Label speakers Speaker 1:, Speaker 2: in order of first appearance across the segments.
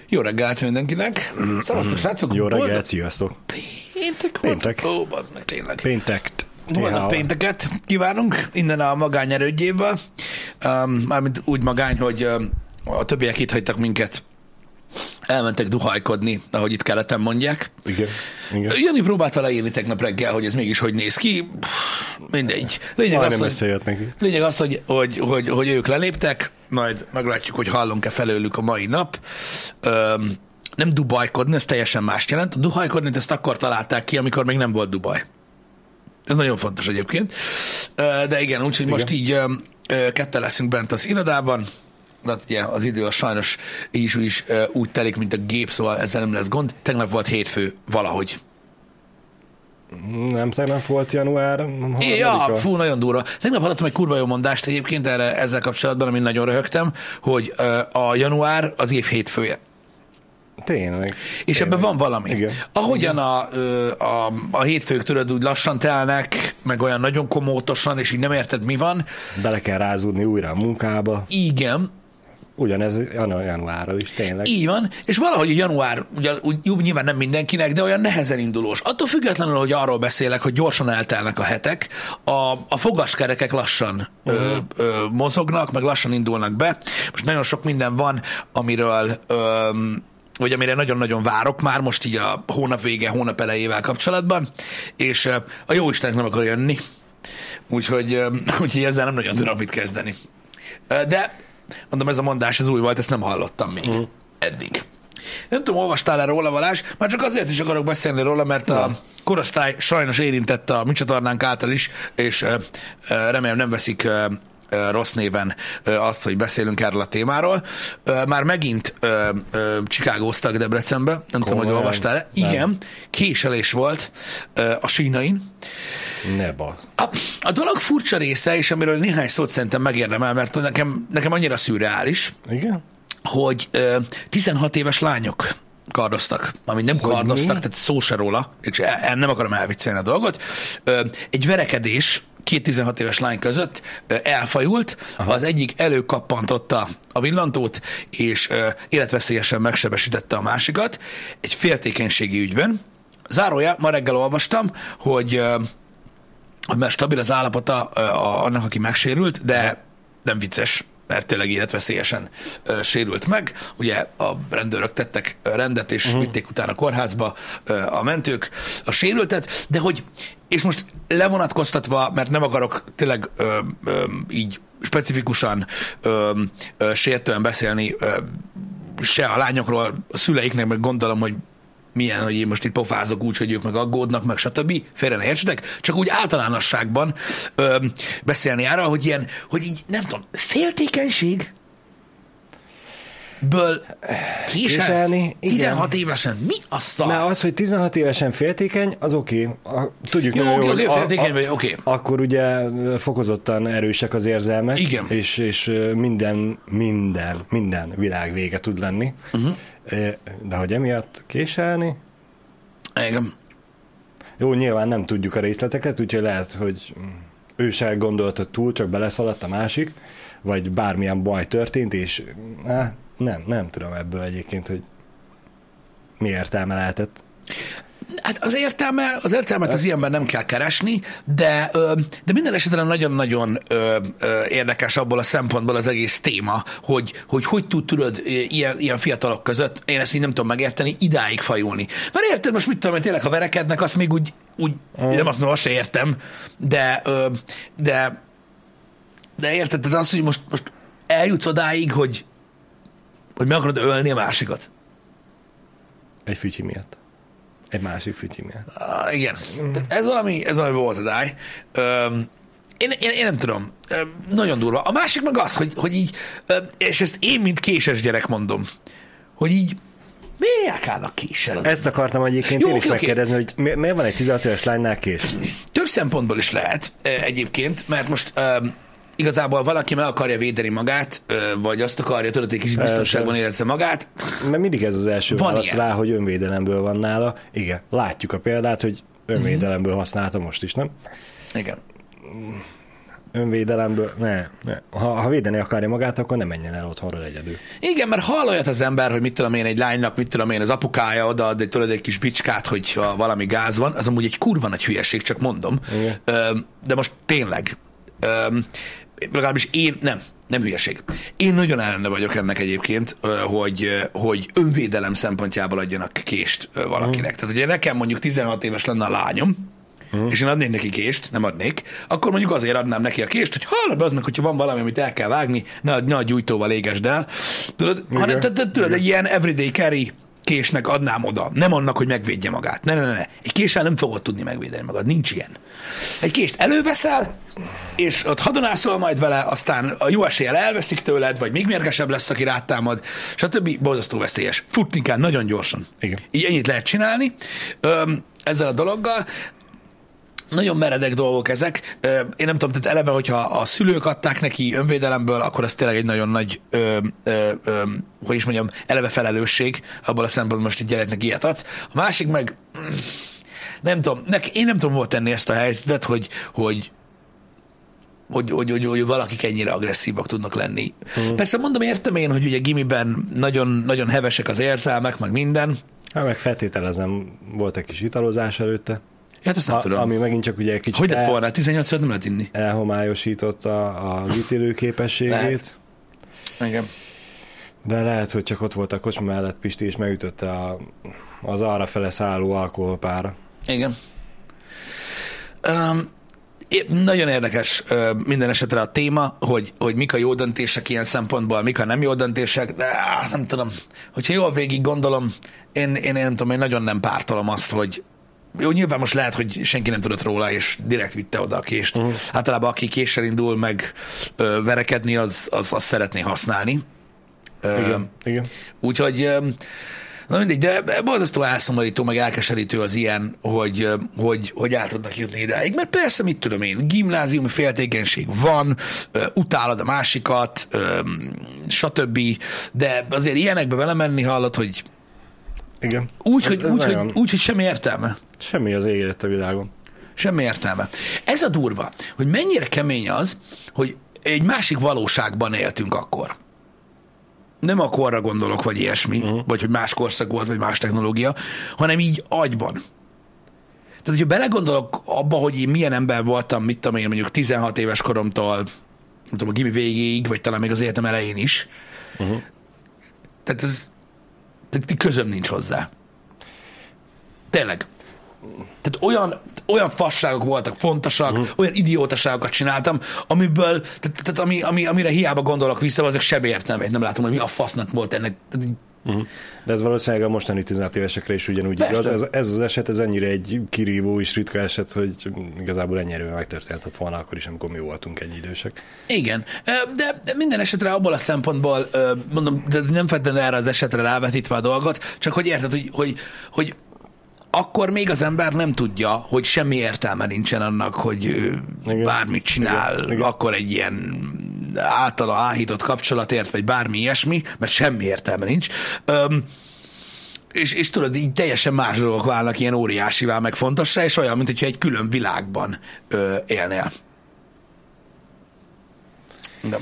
Speaker 1: Jó reggelt mindenkinek. Szevasztok, srácok.
Speaker 2: Jó reggelt, sziasztok.
Speaker 1: Péntek. Ó, bazd meg, tényleg.
Speaker 2: Péntekt.
Speaker 1: Boldog pénteket kívánunk innen a magány erődjéből. Mármint úgy magány, hogy a többiek itt hagytak minket. Elmentek duhajkodni, ahogy itt keleten mondják.
Speaker 2: Igen.
Speaker 1: Jani próbálta leírni tegnap reggel, hogy ez mégis hogy néz ki. Mindegy. Lényeg az, hogy ők leléptek, majd meglátjuk, hogy hallunk-e felőlük a mai nap. Nem dubajkodni, ez teljesen mást jelent. A duhajkodni ezt akkor találták ki, amikor még nem volt Dubaj. Ez nagyon fontos egyébként. De igen, úgyhogy most így ketten leszünk bent az irodában. De ugye az idő az sajnos így is úgy telik, mint a gép, szóval ezzel nem lesz gond. Tegnap volt hétfő valahogy.
Speaker 2: Nem tegnap volt január?
Speaker 1: Ja, fú, nagyon durva. Tegnap hallottam egy kurva jó mondást egyébként ezzel kapcsolatban, amin nagyon röhögtem, hogy a január az év hétfője.
Speaker 2: Tényleg.
Speaker 1: És ebben van valami.
Speaker 2: Igen.
Speaker 1: Ahogyan a hétfők tudod úgy lassan telnek, meg olyan nagyon komótosan, és így nem érted mi van.
Speaker 2: Bele kell rázódni újra a munkába.
Speaker 1: Igen.
Speaker 2: Ugyanez januárra is, tényleg.
Speaker 1: Így van, és valahogy a január, úgy nyilván nem mindenkinek, de olyan nehezen indulós. Attól függetlenül, hogy arról beszélek, hogy gyorsan eltelnek a hetek, a fogaskerekek lassan mozognak, meg lassan indulnak be. Most nagyon sok minden van, amiről... vagy amire nagyon-nagyon várok már most így a hónap vége, hónap elejével kapcsolatban, és a jóistenek nem akar jönni, úgyhogy ezzel nem nagyon tudom mit kezdeni. De mondom, ez a mondás, ez új volt, ezt nem hallottam még eddig. Nem tudom, olvastál-e róla, Balázs? Már csak azért is akarok beszélni róla, mert a korosztály sajnos érintett a mi csatornánk által is, és remélem nem veszik rossz néven azt, hogy beszélünk erről a témáról. Már megint Chicagóztak Debrecenbe, nem tudom, hogy olvastál-e. Igen, késelés volt a sínain.
Speaker 2: Neba.
Speaker 1: A dolog furcsa része, és amiről néhány szót szerintem megérdemel, mert nekem annyira szürreális,
Speaker 2: igen?
Speaker 1: hogy 16 éves lányok kardoztak, amit nem kardoztak, tehát szó se róla, és nem akarom elviccelni a dolgot. Egy verekedés 16 éves lány között elfajult, az egyik előkappantotta a villantót, és életveszélyesen megsebesítette a másikat egy féltékenységi ügyben. Zárójel, ma reggel olvastam, hogy már stabil az állapota annak, aki megsérült, de nem vicces, mert tényleg életveszélyesen sérült meg. Ugye a rendőrök tettek rendet, és vitték utána kórházba a mentők a sérültet, de hogy, és most levonatkoztatva, mert nem akarok tényleg így specifikusan sértően beszélni se a lányokról, a szüleiknek, meg gondolom, hogy milyen, hogy én most itt pofázok úgy, hogy ők meg aggódnak, meg stb. Félre ne értsetek, csak úgy általánosságban beszélni arra, hogy ilyen, hogy így, nem tudom, féltékenység ből késelni 16 évesen. Mi a szar?
Speaker 2: Mert az, hogy 16 évesen féltékeny, az oké. Tudjuk nagyon jól,
Speaker 1: hogy
Speaker 2: akkor ugye fokozottan erősek az érzelmek.
Speaker 1: Igen.
Speaker 2: És minden világ vége tud lenni. De hogy emiatt késelni?
Speaker 1: Igen.
Speaker 2: Jó, nyilván nem tudjuk a részleteket, úgyhogy lehet, hogy ő se gondolta túl, csak beleszaladt a másik, vagy bármilyen baj történt, és nem tudom ebből egyébként, hogy mi értelme lehetett.
Speaker 1: Hát az értelmet az ilyenben nem kell keresni, de minden esetben nagyon-nagyon érdekes abból a szempontból az egész téma, hogy tudod ilyen fiatalok között, én ezt így nem tudom megérteni, idáig fajulni. Mert érted, most mit tudom, hogy tényleg ha verekednek, azt még úgy nem azt mondom, azt se értem, de érted, tehát az, hogy most eljutsz odáig, hogy meg akarod ölni a másikat.
Speaker 2: Egy fütyi miatt. Egy másik fütyi miatt.
Speaker 1: Igen. Ez valami borzadály. Én nem tudom. Nagyon durva. A másik meg az, hogy így, és ezt én, mint késes gyerek mondom, hogy így miért állnak késsel?
Speaker 2: Ezt akartam egyébként én is megkérdezni, hogy miért van egy 16 éves lánynál kés?
Speaker 1: Több szempontból is lehet egyébként, mert most igazából valaki meg akarja védeni magát, vagy azt akarja, tudod, egy kis biztonságban érezze magát.
Speaker 2: Mert mindig ez az első válasz rá, hogy önvédelemből van nála. Igen, látjuk a példát, hogy önvédelemből használta most is, nem?
Speaker 1: Igen.
Speaker 2: önvédelemből, ne. Ha védeni akarja magát, akkor nem menjen el otthonról egyedül.
Speaker 1: Igen, mert hall olyat az ember, hogy mit tudom én, egy lánynak, mit tudom én, az apukája odaad egy kis bicskát, hogyha valami gáz van, az amúgy egy kurva nagy hülyeség, csak mondom. De most tényleg, legalábbis én, nem hülyeség. Én nagyon ellene vagyok ennek egyébként, hogy önvédelem szempontjából adjanak kést valakinek. Tehát, ugye nekem mondjuk 16 éves lenne a lányom, és én adnék neki kést, nem adnék, akkor mondjuk azért adnám neki a kést, hogy hallod az meg, hogyha van valami, amit el kell vágni, ne a gyújtóval égesd el. Tudod, tudod, egy ilyen everyday carry késnek adnám oda. Nem annak, hogy megvédje magát. Ne. Egy késsel nem fogod tudni megvédeni magad. Nincs ilyen. Egy kést előveszel, és ott hadonászol majd vele, aztán a jó eséllyel elveszik tőled, vagy még mérgesebb lesz, aki rátámad, stb. Borzasztó veszélyes. Futni kell nagyon gyorsan.
Speaker 2: Igen.
Speaker 1: Így ennyit lehet csinálni ezzel a dologgal. Nagyon meredek dolgok ezek. Én nem tudom, tehát eleve, hogyha a szülők adták neki önvédelemből, akkor az tényleg egy nagyon nagy, hogy is mondjam, eleve felelősség, abból a szempontból most egy gyereknek ilyet adsz. A másik meg, nem tudom, én nem tudom volt tenni ezt a helyzetet, hogy valakik ennyire agresszívak tudnak lenni. Persze mondom, értem én, hogy ugye gimiben nagyon, nagyon hevesek az érzelmek, meg minden.
Speaker 2: Hát meg feltételezem, volt egy kis italozás előtte.
Speaker 1: Hát ezt nem tudom.
Speaker 2: Ami megint csak ugye egy kicsit
Speaker 1: hogy lett volna? 18 nem lehet inni?
Speaker 2: Elhomályosította az ítélő képességét.
Speaker 1: Lehet. Igen.
Speaker 2: De lehet, hogy csak ott volt a kocsma mellett Pisti, és megütötte az arrafele szálló alkoholpára.
Speaker 1: Igen. Nagyon érdekes minden esetre a téma, hogy mik a jó döntések ilyen szempontból, mik a nem jó döntések, de nem tudom. Hogyha jól végig gondolom, én nem tudom, én nagyon nem pártolom azt, hogy jó, nyilván most lehet, hogy senki nem tudott róla, és direkt vitte oda a kést. Általában aki késsel indul meg verekedni, az szeretné használni.
Speaker 2: Igen.
Speaker 1: Úgyhogy, na mindegy, de borzasztó elszomorító, meg elkeserítő az ilyen, hogy el tudnak jutni idáig. Mert persze, mit tudom én, gimnáziumi féltékenység van, utálod a másikat, stb. De azért ilyenekbe vele menni hallod, hogy
Speaker 2: igen.
Speaker 1: Úgy, hogy semmi értelme.
Speaker 2: Semmi az égett a világon.
Speaker 1: Semmi értelme. Ez a durva, hogy mennyire kemény az, hogy egy másik valóságban éltünk akkor. Nem a korra gondolok, vagy ilyesmi, vagy hogy más korszak volt, vagy más technológia, hanem így agyban. Tehát, hogyha belegondolok abba, hogy én milyen ember voltam, mit tudom én, mondjuk 16 éves koromtól, nem tudom, a gimi végéig, vagy talán még az életem elején is, tehát közöm nincs hozzá. Tényleg. Tehát olyan fasságok voltak fontosak, olyan idiótaságokat csináltam, amiből, amire hiába gondolok vissza, azok sem értelmét nem látom, hogy mi a fasznak volt ennek.
Speaker 2: De ez valószínűleg a mostani 16 évesekre is ugyanúgy igaz. Ez az eset, ez ennyire egy kirívó és ritka eset, hogy igazából ennyire megtörténhetett volna akkor is, amikor mi voltunk ennyi idősek.
Speaker 1: Igen, de minden esetre abból a szempontból, mondom, de nem feltétlenül erre az esetre rávetítve a dolgot, csak hogy érted, hogy akkor még az ember nem tudja, hogy semmi értelme nincsen annak, hogy bármit csinál, igen. Akkor egy ilyen általa áhított kapcsolatért, vagy bármi ilyesmi, mert semmi értelme nincs. És tudod, így teljesen más dolgok válnak ilyen óriásivá, meg fontossá, és olyan, mint hogyha egy külön világban élnél. De.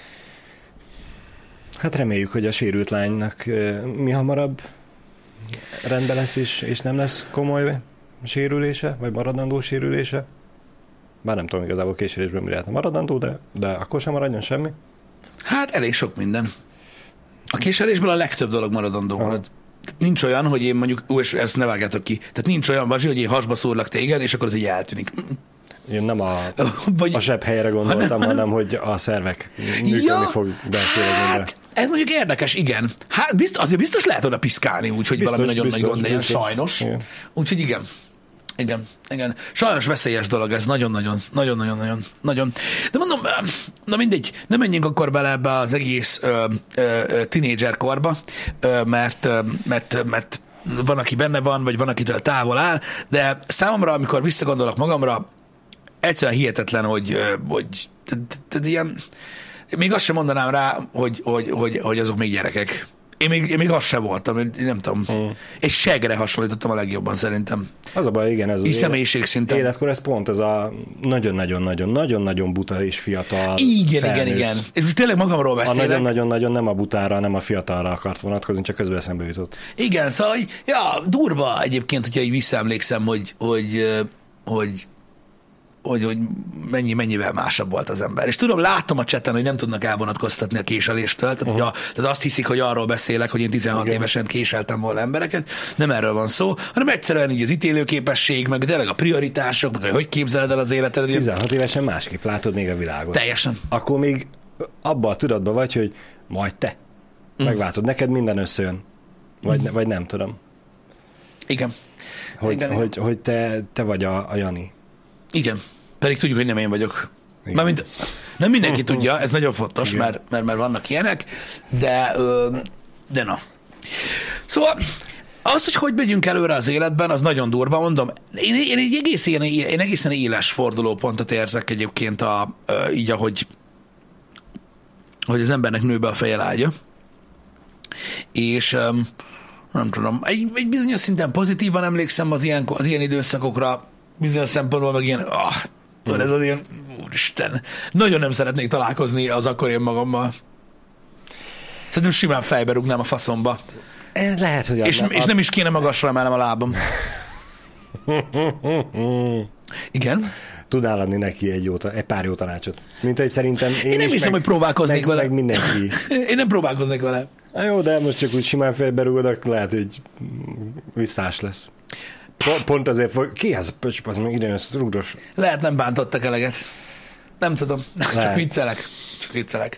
Speaker 2: Hát reméljük, hogy a sérült lánynak mi hamarabb rendben lesz, és nem lesz komoly sérülése, vagy maradandó sérülése. Bár nem tudom igazából késérésből mi lehetne maradandó, de akkor sem maradjon semmi. Hát
Speaker 1: elég sok minden. A késérésből a legtöbb dolog maradandó marad. Nincs olyan, hogy én mondjuk, és ezt ne vágjátok ki, tehát nincs olyan, Bazsi, hogy én hasba szúrlak téged, és akkor az így eltűnik.
Speaker 2: Én nem a zseb helyre gondoltam, hanem hogy a szervek működni fog belfélegben.
Speaker 1: Ez mondjuk érdekes, igen. Hát azért biztos lehet oda piszkálni, úgyhogy valami nagyon nagy gond legyen, sajnos. Igen. Úgyhogy igen. Sajnos veszélyes dolog ez, nagyon. De mondom, na mindegy, nem menjünk akkor bele ebbe az egész tínédzser korba, mert van, aki benne van, vagy van, akitől távol áll, de számomra, amikor visszagondolok magamra, egyszerűen hihetetlen, hogy ilyen, még azt sem mondanám rá, hogy azok még gyerekek. Én még az sem voltam, nem tudom. És segre hasonlítottam a legjobban szerintem.
Speaker 2: Az a baj, igen, ez
Speaker 1: az személyiség szinten.
Speaker 2: Életkor ez pont ez a nagyon-nagyon-nagyon buta és fiatal
Speaker 1: Igen. És most tényleg magamról beszélek.
Speaker 2: A nagyon-nagyon-nagyon nem a butára, nem a fiatalra akart vonatkozni, csak közben eszembe jutott.
Speaker 1: Igen, szóval, ja, durva egyébként, hogyha így visszaemlékszem, hogy mennyivel másabb volt az ember. És tudom, látom a chaten, hogy nem tudnak elvonatkoztatni a késeléstől, tehát azt hiszik, hogy arról beszélek, hogy én 16 évesen késeltem volna embereket. Nem erről van szó, hanem egyszerűen így az ítélőképesség, meg tényleg a prioritások, meg hogy képzeled el az életedet.
Speaker 2: 16 évesen másképp látod még a világot.
Speaker 1: Teljesen.
Speaker 2: Akkor még abban a tudatban vagy, hogy majd te megváltod, neked minden összejön. Vagy nem tudom.
Speaker 1: Igen.
Speaker 2: Hogy te vagy a Jani.
Speaker 1: Igen. Pedig tudjuk, hogy nem én vagyok. Mármint nem mindenki tudja, ez nagyon fontos, mert vannak ilyenek, de na. Szóval az, hogy megyünk előre az életben, az nagyon durva, mondom. Én egy egészen éles fordulópontot érzek egyébként így, ahogy az embernek nő be a feje lágya. És nem tudom, egy bizonyos szinten pozitívan emlékszem az ilyen időszakokra, bizonyos szempontból meg ilyen, ez az ilyen, úristen, nagyon nem szeretnék találkozni az akkor én magammal. Szerintem simán fejbe rúgnám a faszomba.
Speaker 2: Lehet, hogy
Speaker 1: és nem is kéne magasra emelnem a lábam. Igen?
Speaker 2: Tudnál adni neki egy pár jó tanácsot. Mint hogy szerintem
Speaker 1: én nem hiszem, hogy próbálkoznék vele.
Speaker 2: Meg mindenki.
Speaker 1: Én nem próbálkoznék vele.
Speaker 2: Jó, de most csak úgy simán fejbe rúgod, lehet, hogy visszás lesz. Pont azért, ki ez a pöcs, az meg ide jössz, rúgdos. Lehet
Speaker 1: nem bántottak eleget. Nem tudom. Csak viccelek.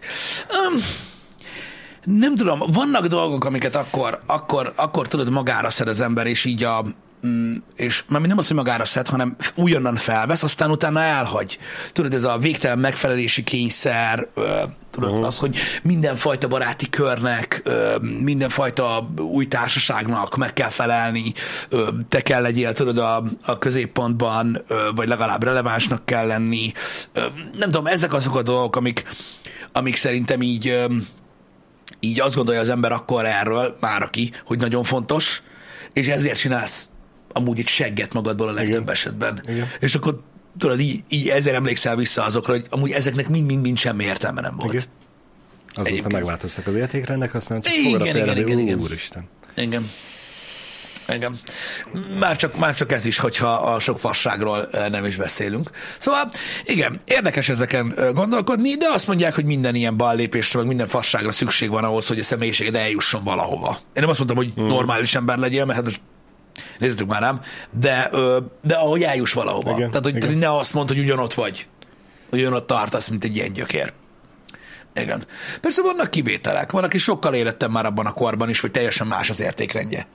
Speaker 1: Nem tudom, vannak dolgok, amiket akkor tudod magára szed az ember, és így és már nem az, hogy magára szed, hanem újonnan felvesz, aztán utána elhagy. Tudod, ez a végtelen megfelelési kényszer, tudod, az, hogy mindenfajta baráti körnek, mindenfajta új társaságnak meg kell felelni, te kell legyél, tudod, a középpontban, vagy legalább relevánsnak kell lenni. Nem tudom, ezek azok a dolgok, amik szerintem így azt gondolja az ember akkor erről, már aki, hogy nagyon fontos, és ezért csinálsz amúgy egy segget magadból a legtöbb esetben.
Speaker 2: Igen.
Speaker 1: És akkor tudod, így ezért emlékszel vissza azokra, hogy amúgy ezeknek mind semmi értelme nem volt.
Speaker 2: Igen. Azóta megváltoztak az értékrendek, aztán csak fogod a fejre,
Speaker 1: igen.
Speaker 2: Úristen.
Speaker 1: Igen. Már csak ez is, hogyha a sok fasságról nem is beszélünk. Szóval, igen, érdekes ezeken gondolkodni, de azt mondják, hogy minden ilyen ballépésre, meg minden fasságra szükség van ahhoz, hogy a személyiséged eljusson valahova. Én nem azt mondtam, hogy normális ember legyél, mert hát most nézzük már nem, de ahogy eljuss valahova.
Speaker 2: Igen,
Speaker 1: tehát ne azt mondd, hogy ugyanott vagy. Ugyanott tartasz, mint egy ilyen gyökér. Igen. Persze vannak kivételek. Van, aki sokkal érettem már abban a korban is, hogy teljesen más az értékrendje.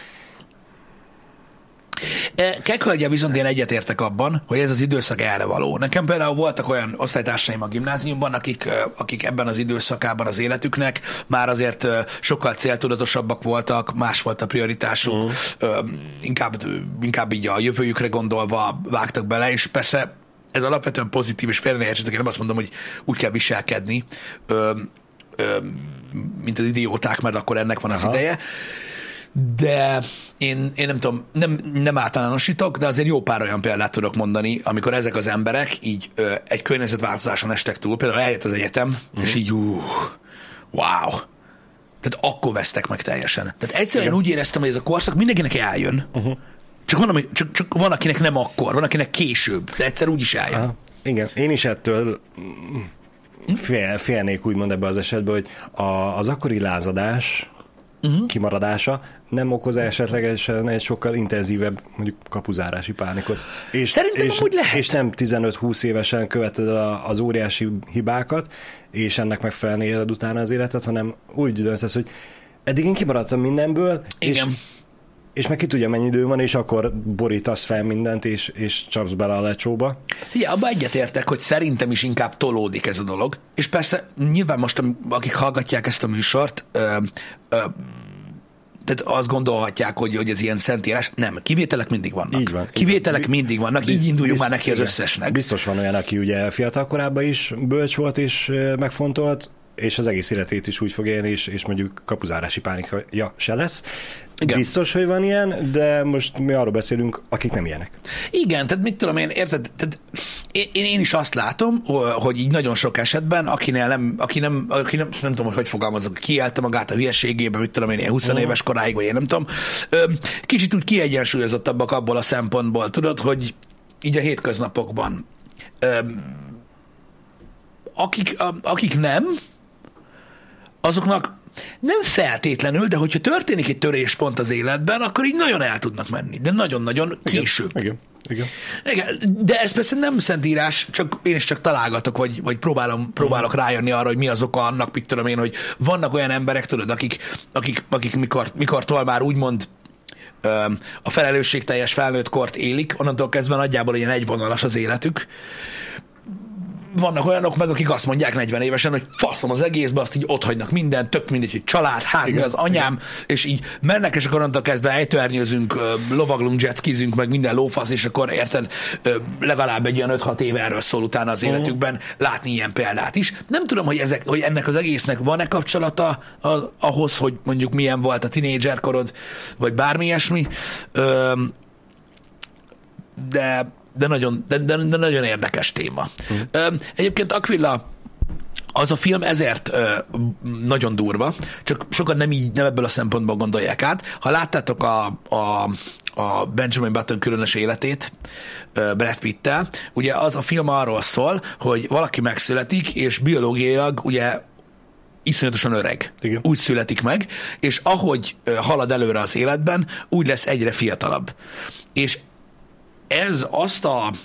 Speaker 1: Kekhölgyel viszont én egyetértek abban, hogy ez az időszak erre való. Nekem például voltak olyan osztálytársaim a gimnáziumban, akik ebben az időszakában az életüknek már azért sokkal céltudatosabbak voltak, más volt a prioritásuk, inkább így a jövőjükre gondolva vágtak bele, és persze ez alapvetően pozitív, és félre ne értsetek, én nem azt mondom, hogy úgy kell viselkedni, mint az idióták, mert akkor ennek van az ideje. De én nem tudom, nem általánosítok, de azért jó pár olyan példát tudok mondani, amikor ezek az emberek így egy környezetváltozáson estek túl, például eljött az egyetem, és így wow. Tehát akkor vesztek meg teljesen. Tehát egyszerűen úgy éreztem, hogy ez a korszak mindenkinek eljön. Csak van, akinek nem akkor, van, akinek később, de egyszer úgy is eljön.
Speaker 2: Aha. Igen, én is ettől félnék úgymond ebbe az esetben, hogy az akkori lázadás kimaradása nem okoz esetlegesen egy sokkal intenzívebb, mondjuk kapuzárási pánikot.
Speaker 1: Szerintem amúgy lehet.
Speaker 2: És nem 15-20 évesen követed az óriási hibákat, és ennek megfelelően éled utána az életet, hanem úgy döntesz, hogy eddig én kimaradtam mindenből, és meg ki tudja, mennyi idő van, és akkor borítasz fel mindent, és csapsz bele a lecsóba.
Speaker 1: Ja, abban egyetértek, hogy szerintem is inkább tolódik ez a dolog. És persze nyilván most, akik hallgatják ezt a műsort, tehát azt gondolhatják, hogy ez ilyen szentírás. Nem, kivételek mindig vannak.
Speaker 2: Így van.
Speaker 1: Kivételek mindig vannak, így induljunk már neki az összesnek.
Speaker 2: Biztos van olyan, aki ugye fiatal korában is bölcs volt és megfontolt, és az egész életét is úgy fog élni, és mondjuk kapuzárási pánikja se lesz.
Speaker 1: Igen.
Speaker 2: Biztos, hogy van ilyen, de most mi arról beszélünk, akik nem ilyenek.
Speaker 1: Igen, tehát mit tudom én, érted? Tehát én is azt látom, hogy így nagyon sok esetben, aki nem tudom, hogy fogalmazok, kiélte magát a hülyeségébe, mit tudom én, 20 éves koráig, vagy én nem tudom, kicsit úgy kiegyensúlyozottabbak abból a szempontból, tudod, hogy így a hétköznapokban akik nem, azoknak nem feltétlenül, de hogyha történik egy töréspont az életben, akkor így nagyon el tudnak menni, de nagyon-nagyon később.
Speaker 2: Igen.
Speaker 1: De ez persze nem szentírás, csak én is csak találgatok, vagy próbálok rájönni arra, hogy mi az oka annak, mit tudom én, hogy vannak olyan emberek, tudod, akik mikortól már úgymond a felelősségteljes felnőtt kort élik, onnantól kezdve nagyjából ilyen egyvonalas az életük. Vannak olyanok meg, akik azt mondják 40 évesen, hogy faszom az egészbe, azt így otthagynak mindent, tök mindegy, hogy család, ház, mi az anyám, és így mennek, és akkor onnantól kezdve ejtőernyőzünk, lovaglunk, jetskizünk, meg minden lófasz, és akkor érted, legalább egy olyan 5-6 éve erről szól utána az életükben látni ilyen példát is. Nem tudom, hogy ennek az egésznek van-e kapcsolata ahhoz, hogy mondjuk milyen volt a tinédzserkorod, vagy bármi ilyesmi, de nagyon érdekes téma. Egyébként Aquila, az a film ezért nagyon durva, csak sokan nem ebből a szempontból gondolják át. Ha láttátok a Benjamin Button különös életét Brad Pitt-tel, ugye az a film arról szól, hogy valaki megszületik, és biológiailag ugye iszonyatosan öreg. Igen. Úgy születik meg, és ahogy halad előre az életben, úgy lesz egyre fiatalabb. És ez azt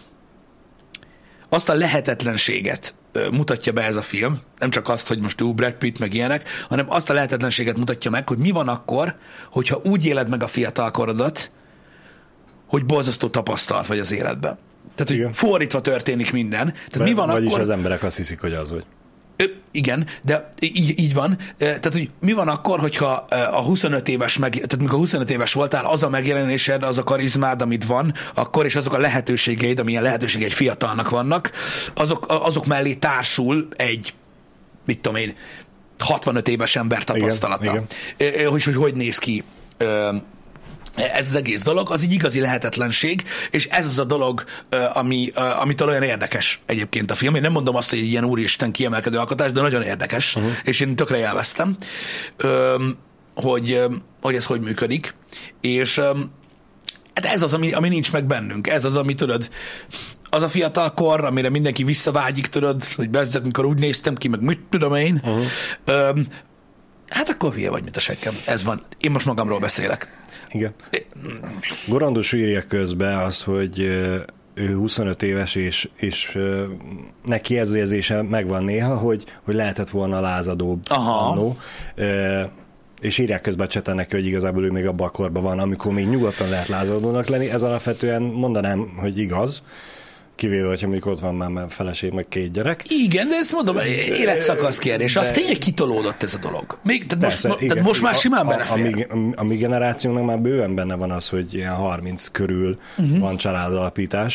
Speaker 1: a lehetetlenséget mutatja be ez a film, nem csak azt, hogy most Brad Pitt meg ilyenek, hanem azt a lehetetlenséget mutatja meg, hogy mi van akkor, hogyha úgy éled meg a fiatalkorodat, hogy borzasztó tapasztalt vagy az életben. Tehát, hogy fordítva történik minden. Tehát mi van
Speaker 2: vagyis
Speaker 1: akkor...
Speaker 2: az emberek azt hiszik, hogy az vagy.
Speaker 1: Igen, de így van. Tehát, hogy mi van akkor, hogyha a 25 éves, tehát mikor 25 éves voltál, az a megjelenésed, az a karizmád, amit van, akkor, és azok a lehetőségeid, amilyen lehetőségei egy fiatalnak vannak, azok mellé társul egy, mit tudom én, 65 éves ember tapasztalata. Igen. Hogy néz ki ez az egész dolog, az egy igazi lehetetlenség, és ez az a dolog, amitől olyan érdekes egyébként a film. Én nem mondom azt, hogy egy ilyen úristen kiemelkedő alkotás, de nagyon érdekes, és én tökre élveztem, hogy ez hogy működik, és hát ez az, ami nincs meg bennünk. Ez az, ami tudod, az a fiatal kor, amire mindenki visszavágyik, tudod, hogy bezzeg, mikor úgy néztem ki, meg mit tudom én. Hát akkor hülye vagy, mint a seggem. Ez van. Én most magamról beszélek.
Speaker 2: Igen. Gorandus írja közben az, hogy ő 25 éves, és neki ez érzése megvan néha, hogy lehetett volna lázadóbb annó. És írják közben a cseten neki, hogy igazából ő még abban a korban van, amikor még nyugodtan lehet lázadónak lenni. Ez alapvetően mondanám, hogy igaz. Kivéve, hogyha mondjuk ott van már feleség, meg 2 gyerek.
Speaker 1: Igen, de ezt mondom, életszakasz kérdés. Az tényleg kitolódott ez a dolog. Tehát most már simán belefér.
Speaker 2: A mi generációnak már bőven benne van az, hogy ilyen 30 körül van családalapítás.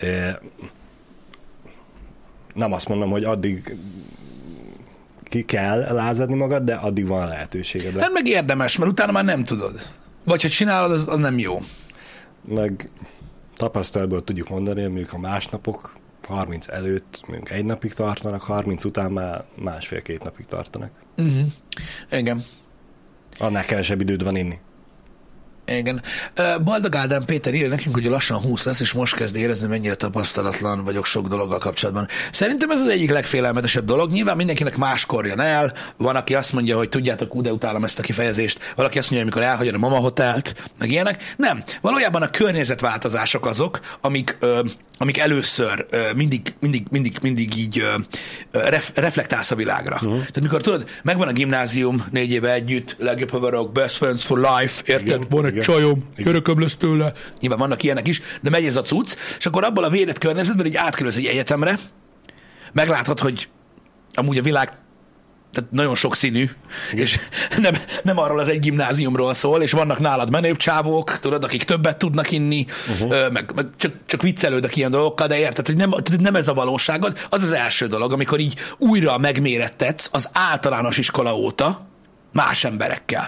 Speaker 2: Nem azt mondom, hogy addig ki kell lázadni magad, de addig van lehetőséged.
Speaker 1: Hát meg érdemes, mert utána már nem tudod. Vagy ha csinálod, az nem jó.
Speaker 2: Meg tapasztalatból tudjuk mondani, hogy mondjuk a másnapok 30 előtt mondjuk 1 napig tartanak, 30 után már 1,5-2 napig tartanak.
Speaker 1: Igen.
Speaker 2: Annál kevesebb időd van inni.
Speaker 1: Igen. Baldag Ádám Péter írja nekünk, hogy lassan 20 lesz, és most kezd érezni, mennyire tapasztalatlan vagyok sok dologgal kapcsolatban. Szerintem ez az egyik legfélelmetesebb dolog. Nyilván mindenkinek máskor jön el. Van, aki azt mondja, hogy tudjátok, de utálom ezt a kifejezést. Valaki azt mondja, amikor elhagyod a mama hotelt, meg ilyenek. Nem. Valójában a környezetváltozások azok, amik először mindig így reflektálsz a világra. Tehát mikor tudod, megvan a gimnázium, 4 éve együtt, legjobb haverok, best friends for life, érted? Van egy csajom, gyerekem lesz tőle. Nyilván vannak ilyenek is, de megy ez a cucc, és akkor abból a védett környezetben így átkerülsz egy egyetemre, meglátod, hogy amúgy a világ tehát nagyon sokszínű, és nem arról az egy gimnáziumról szól, és vannak nálad menőbb csávók, tudod, akik többet tudnak inni, meg csak viccelődök ilyen dolgokkal, de érted, hogy nem ez a valóságod. Az az első dolog, amikor így újra megmérettetsz az általános iskola óta más emberekkel.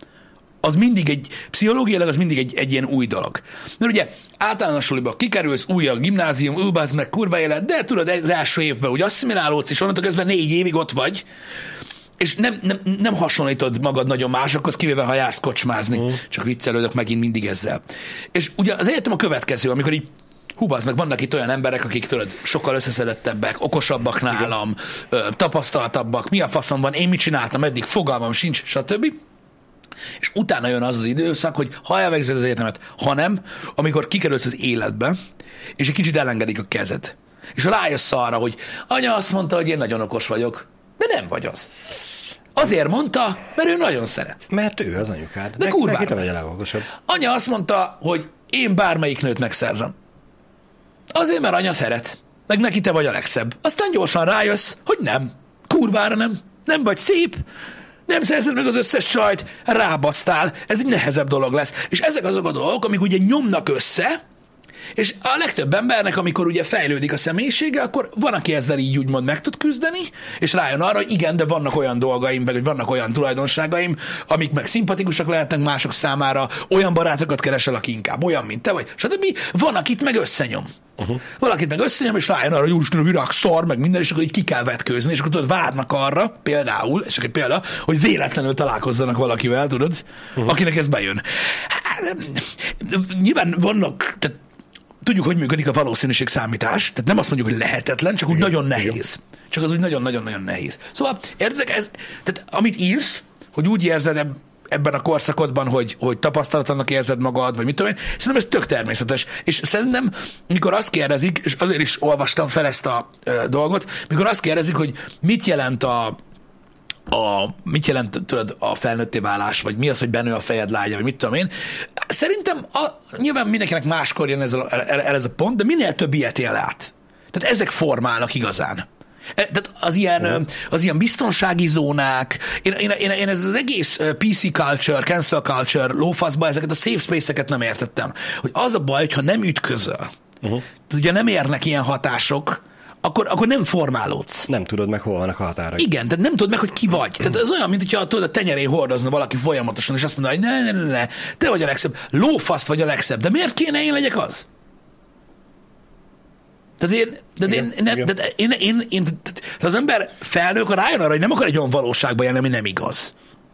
Speaker 1: Az mindig pszichológiailag az mindig egy ilyen új dolog. Mert ugye általános suliba kikerülsz, új a gimnázium, az meg kurva élet, de tudod, az első évben úgy asszimilálódsz, és onnantól kezdve 4 évig ott vagy, és nem hasonlítod magad nagyon másokhoz, kivéve ha jársz kocsmázni. Csak viccelődök megint mindig ezzel. És ugye az egyetem a következő, amikor így meg vannak itt olyan emberek, akik tudod, sokkal összeszedettebbek, okosabbak nálam, tapasztaltabbak, mi a faszom van, én mit csináltam eddig, fogalmam sincs, stb. És utána jön az időszak, hogy ha elvégzed az egyetemet, ha nem, amikor kikerülsz az életbe, és egy kicsit elengedik a kezed. És rájössz arra, hogy anya azt mondta, hogy én nagyon okos vagyok, de nem vagy az. Azért mondta, mert ő nagyon szeret.
Speaker 2: Mert ő az anyukád.
Speaker 1: De kurvára.
Speaker 2: Neki te vagy a legokosabb.
Speaker 1: Anya azt mondta, hogy én bármelyik nőt megszerzem. Azért, mert anya szeret. Meg neki te vagy a legszebb. Aztán gyorsan rájössz, hogy nem. Kurvára nem. Nem vagy szép. Nem szerzed meg az összes csajt, rábasztál, ez egy nehezebb dolog lesz. És ezek azok a dolgok, amik ugye nyomnak össze, és a legtöbb embernek, amikor ugye fejlődik a személyisége, akkor van, aki ezzel így úgymond meg tud küzdeni, és rájön arra, hogy igen, de vannak olyan dolgaim, meg hogy vannak olyan tulajdonságaim, amik meg szimpatikusak lehetnek mások számára, olyan barátokat keresel, aki inkább olyan, mint te vagy, stb. Van, akit meg összenyom. Valakit meg összenyom, és rájön arra, hogy úristen, a virág szar, meg minden, és akkor így ki kell vetkőzni, és akkor tudod, várnak arra, például, és egy példa, hogy véletlenül találkozzanak valakivel, tudod, akinek ez bejön. Hát, nyilván vannak, tehát tudjuk, hogy működik a valószínűségszámítás, tehát nem azt mondjuk, hogy lehetetlen, csak úgy nagyon nehéz. Csak az úgy nagyon-nagyon-nagyon nehéz. Szóval, érted, tehát amit írsz, hogy úgy érzed ebben a korszakodban, hogy tapasztalatlannak érzed magad, vagy mit tudom én, szerintem ez tök természetes. És szerintem, mikor azt kérdezik, és azért is olvastam fel ezt a dolgot, mikor azt kérdezik, hogy mit jelent mit jelent tudod, a felnőtté válás, vagy mi az, hogy benő a fejed lágya, vagy mit tudom én. Szerintem nyilván mindenkinek máskor jön ez a pont, de minél több ilyet él át. Tehát ezek formálnak igazán. Tehát az ilyen biztonsági zónák, én ez az egész PC culture, cancel culture lófaszba, ezeket a safe space-eket nem értettem. Hogy az a baj, hogyha nem ütközöl, tehát ugye nem érnek ilyen hatások, akkor nem formálódsz.
Speaker 2: Nem tudod meg, hol vannak a határai.
Speaker 1: Igen, tehát nem tudod meg, hogy ki vagy. Tehát ez olyan, mint hogyha tudod, a tenyerén hordozna valaki folyamatosan, és azt mondaná, hogy ne, te vagy a legszebb. Lófaszt vagy a legszebb. De miért kéne én legyek az? Tehát az ember felnő, akkor rájön arra, hogy nem akar egy olyan valóságba élni, ami nem igaz.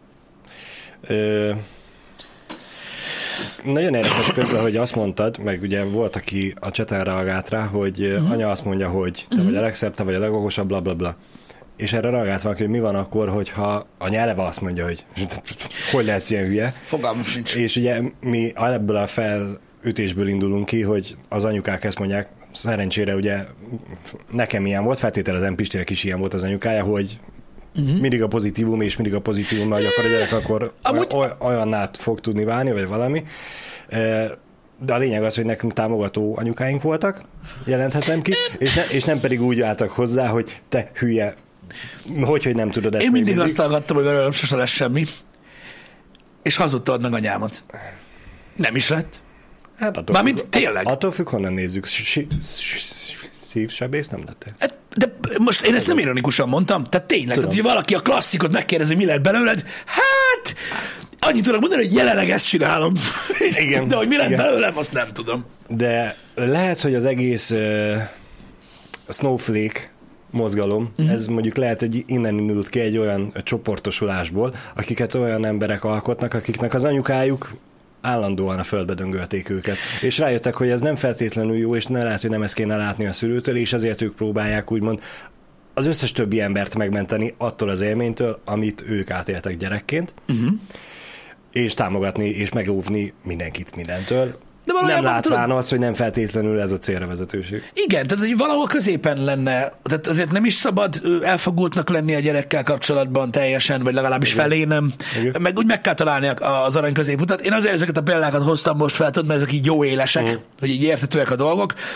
Speaker 2: Nagyon érdekes közben, hogy azt mondtad, meg ugye volt, aki a cseten reagált rá, hogy anya azt mondja, hogy te vagy a legszebb, te vagy a legokosabb, bla bla bla. És erre reagált valaki, hogy mi van akkor, hogyha anya eleve azt mondja, hogy lehetsz ilyen hülye.
Speaker 1: Fogalmam sincs.
Speaker 2: És ugye mi ebből a felütésből indulunk ki, hogy az anyukák ezt mondják, szerencsére ugye nekem ilyen volt, feltételezem Pistinek is ilyen volt az anyukája, hogy mindig a pozitívum, és mindig a pozitívum, hogy akar a gyerek, akkor olyannát fog tudni válni, vagy valami. De a lényeg az, hogy nekünk támogató anyukáink voltak, jelenthetem ki, és nem pedig úgy álltak hozzá, hogy te hülye, hogy nem tudod ezt.
Speaker 1: Én mindig azt hallgattam, hogy belőlem sose lesz semmi, és hazudtad meg anyámat. Nem is lett.
Speaker 2: Hát
Speaker 1: mármint tényleg.
Speaker 2: Attól függ, honnan nézzük. Szívsebész nem lettél.
Speaker 1: De most én ezt nem ironikusan mondtam, tehát tényleg, tehát, hogy valaki a klasszikot megkérdezi, mi lett belőled, hát annyit tudok mondani, hogy jelenleg ezt csinálom. Igen, de hogy mi lett belőlem, azt nem tudom.
Speaker 2: De lehet, hogy az egész snowflake mozgalom, ez mondjuk lehet, hogy innen indult ki egy olyan csoportosulásból, akiket olyan emberek alkotnak, akiknek az anyukájuk állandóan a földbe döngölték őket. És rájöttek, hogy ez nem feltétlenül jó, és lehet, hogy nem ezt kéne látni a szülőtől, és ezért ők próbálják úgymond az összes többi embert megmenteni attól az élménytől, amit ők átéltek gyerekként, és támogatni, és megóvni mindenkit mindentől. De nem látván azt, hogy nem feltétlenül ez a célra vezetőség.
Speaker 1: Igen, tehát hogy valahol középen lenne, tehát azért nem is szabad elfogultnak lenni a gyerekkel kapcsolatban teljesen, vagy legalábbis felé nem. Meg úgy meg kell találni az arany középutat. Én azért ezeket a példákat hoztam most fel, tudod, mert ezek így jó élesek, hogy így érthetőek a dolgok.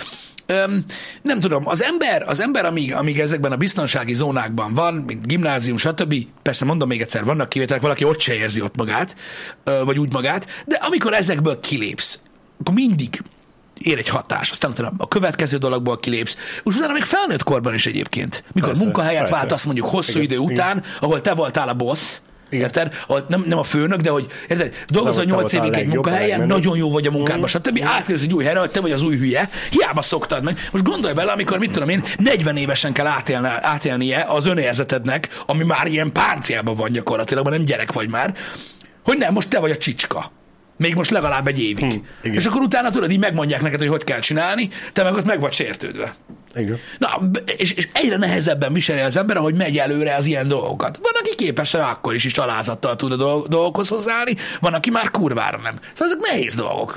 Speaker 1: Nem tudom, az ember amíg ezekben a biztonsági zónákban van, mint gimnázium, stb., persze mondom még egyszer, vannak kivételek, valaki ott se érzi ott magát, vagy úgy magát, de amikor ezekből kilépsz, akkor mindig ér egy hatás, aztán a következő dologból kilépsz, és utána még felnőtt korban is egyébként, mikor munkahelyet váltasz mondjuk hosszú idő után, ahol te voltál a boss, érted? Nem a főnök, de hogy érted? Dolgozol 8 évig egy munkahelyen, nagyon jó vagy a munkádban, stb. Átérsz egy új helyre, hogy te vagy az új hülye, hiába szoktad meg. Most gondolj bele, amikor, mit tudom én, 40 évesen kell átélnie az önérzetednek, ami már ilyen páncélban van gyakorlatilag, nem gyerek vagy már, hogy nem, most te vagy a csicska. Még most legalább egy évig. És akkor utána tudod, így megmondják neked, hogy kell csinálni, te meg ott meg vagy sértődve.
Speaker 2: Igen.
Speaker 1: Na, és egyre nehezebben viseli az ember, ahogy megy előre az ilyen dolgokat. Van, aki képes akkor is alázattal tud a dolgokhoz hozzáállni, van, aki már kurvára nem. Szóval ezek nehéz dolgok.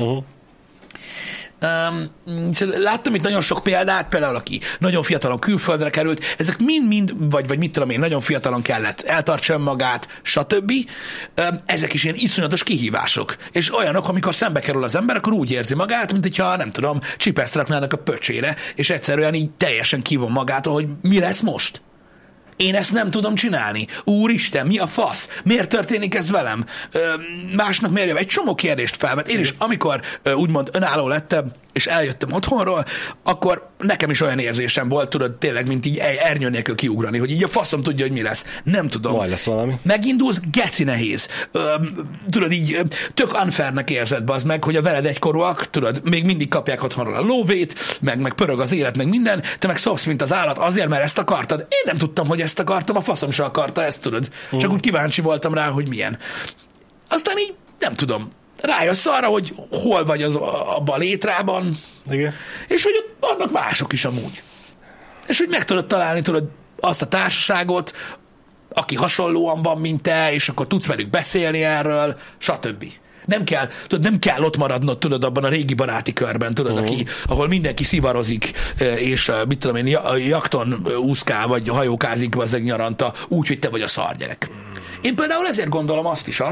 Speaker 1: Láttam itt nagyon sok példát, például aki nagyon fiatalon külföldre került, ezek mind, vagy mit tudom én, nagyon fiatalon kellett eltartsa magát, stb. Ezek is ilyen iszonyatos kihívások. És olyanok, amikor szembe kerül az ember, akkor úgy érzi magát, mint hogyha, nem tudom, csipeszt raknának a pöcsére, és egyszerűen így teljesen kivon magától, hogy mi lesz most. Én ezt nem tudom csinálni. Úristen, mi a fasz? Miért történik ez velem? Másnak miért jön? Egy csomó kérdést felvet. Én is, amikor úgymond önálló lettem, és eljöttem otthonról, akkor nekem is olyan érzésem volt, tudod, tényleg, mint így ernyő nélkül kiugrani, hogy így a faszom tudja, hogy mi lesz. Nem tudom.
Speaker 2: Majd lesz valami.
Speaker 1: Megindulsz, geci nehéz. Tudod, így tök unfairnek érzed, bazd meg, hogy a veled egykorúak, tudod, még mindig kapják otthonról a lóvét, meg pörög az élet, meg minden, te meg szopsz, mint az állat, azért, mert ezt akartad. Én nem tudtam, hogy ezt akartam, a faszom se akarta ezt, tudod. Csak úgy kíváncsi voltam rá, hogy milyen. Aztán így, nem tudom, rájössz arra, hogy hol vagy abban a létrában,
Speaker 2: igen.
Speaker 1: És hogy ott vannak mások is amúgy. És hogy meg tudod találni, tudod, azt a társaságot, aki hasonlóan van, mint te, és akkor tudsz velük beszélni erről, stb. Nem kell ott maradnod, tudod, abban a régi baráti körben, tudod, ahol mindenki szivarozik, és mit tudom én, jakton úszkál, vagy hajókázik vazzeg nyaranta, úgy, hogy te vagy a szargyerek. Én például ezért gondolom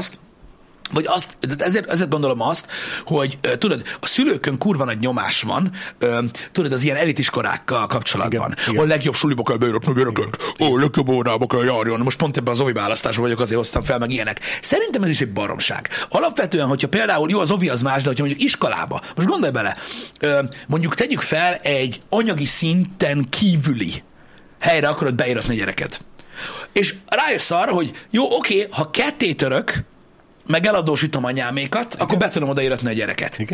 Speaker 1: vagy ezért gondolom azt, hogy tudod, a szülőkön kurva nagy nyomás van, tudod, az ilyen elitiskorákkal kapcsolatban. Igen. A legjobb suliba kell beiratni a gyerekek, a legjobb órába kell járjon. Most pont ebben az ovi választásban vagyok, azért hoztam fel meg ilyenek. Szerintem ez is egy baromság. Alapvetően, hogyha például, jó, az ovi az más, de hogyha mondjuk iskolába, most gondolj bele, mondjuk tegyük fel egy anyagi szinten kívüli helyre akarod beiratni a gyereket. És rájössz arra, hogy jó, oké, ha ketté török, meg eladósítom anyámékat, igen, akkor be tudom odaíratni a gyereket.
Speaker 2: Igen.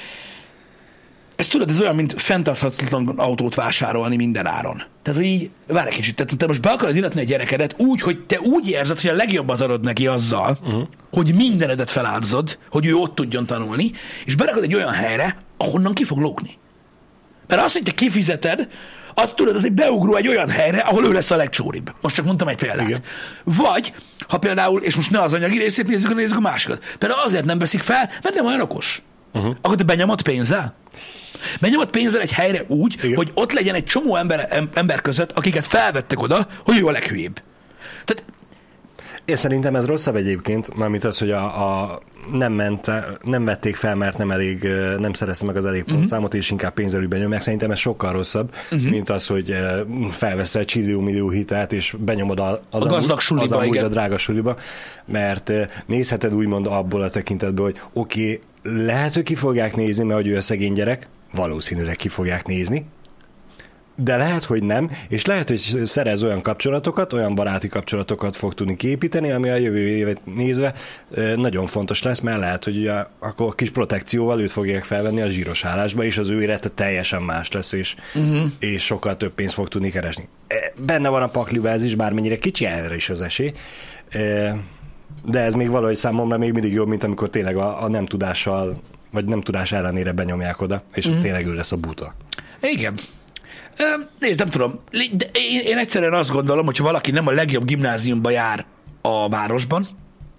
Speaker 1: Ez tudod, ez olyan, mint fenntarthatatlan autót vásárolni minden áron. Tehát, hogy így, várj egy kicsit, tehát te most be akarod iratni a gyerekedet úgy, hogy te úgy érzed, hogy a legjobbat adod neki azzal, hogy mindenedet feláldozod, hogy ő ott tudjon tanulni, és berakod egy olyan helyre, ahonnan ki fog lógni. Mert az, hogy te kifizeted, azt tudod, az egy beugró egy olyan helyre, ahol ő lesz a legcsóribb. Most csak mondtam egy példát. Igen. Vagy, ha például, és most ne az anyagi részét nézzük a másikat. Például azért nem veszik fel, mert nem olyan okos. Akkor te benyomod pénzzel? Benyomod pénzzel egy helyre úgy, igen, hogy ott legyen egy csomó ember között, akiket felvettek oda, hogy ő a leghülyébb. Tehát
Speaker 2: én szerintem ez rosszabb egyébként, mármint az, hogy nem vették fel, mert nem szerezte meg az elég pontszámot, és inkább pénzelő benyomják. Szerintem ez sokkal rosszabb, mint az, hogy felveszel csillió-millió hitelt, és benyomod az
Speaker 1: gazdag suliba,
Speaker 2: amúgy a drága suliba, mert nézheted úgymond abból a tekintetből, hogy oké, lehet, hogy ki fogják nézni, mert hogy ő a szegény gyerek, valószínűleg ki fogják nézni, de lehet, hogy nem, és lehet, hogy szerez olyan kapcsolatokat, olyan baráti kapcsolatokat fog tudni kiépíteni, ami a jövő évet nézve nagyon fontos lesz, mert lehet, hogy akkor kis protekcióval őt fogják felvenni a zsíros állásba, és az ő élete teljesen más lesz, és sokkal több pénzt fog tudni keresni. Benne van a pakliba ez is, bármennyire kicsi erre is az esély, de ez még valahogy számomra még mindig jobb, mint amikor tényleg a nem tudással, vagy nem tudás ellenére benyomják oda, és tényleg ő lesz a buta.
Speaker 1: Igen. Nézd, nem tudom. De én egyszerűen azt gondolom, hogyha valaki nem a legjobb gimnáziumba jár a városban,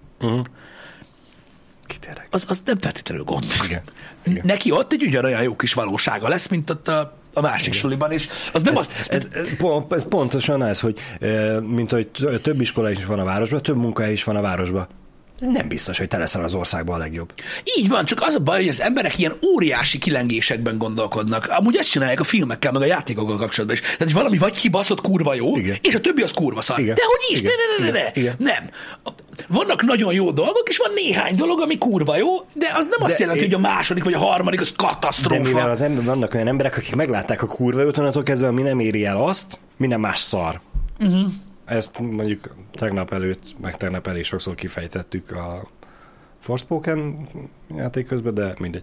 Speaker 1: az nem feltétlenül gond.
Speaker 2: Igen.
Speaker 1: Neki ott egy ugyanolyan jó kis valósága lesz, mint ott a másik suliban, és az nem
Speaker 2: ez pontosan ez, hogy mint hogy több iskola is van a városban, több munkahely is van a városban. nem biztos, hogy te leszel az országban a legjobb.
Speaker 1: Így van, csak az a baj, hogy az emberek ilyen óriási kilengésekben gondolkodnak. Amúgy ezt csinálják a filmekkel, meg a játékokkal kapcsolatban is. Tehát, hogy valami vagy kibaszott kurva jó,
Speaker 2: igen.
Speaker 1: és a többi az kurva szar.
Speaker 2: Igen.
Speaker 1: De hogy is?
Speaker 2: Igen.
Speaker 1: Ne.
Speaker 2: Igen.
Speaker 1: Nem. Vannak nagyon jó dolgok, és van néhány dolog, ami kurva jó, de az nem azt jelenti, hogy a második vagy a harmadik az katasztrófa.
Speaker 2: De mivel az vannak olyan emberek, akik meglátták a kurva jót, onnantól kezdve, ami nem éri el azt, minden más szar. Ezt mondjuk tegnap elé sokszor kifejtettük a Forspoken játék közben, de mindegy.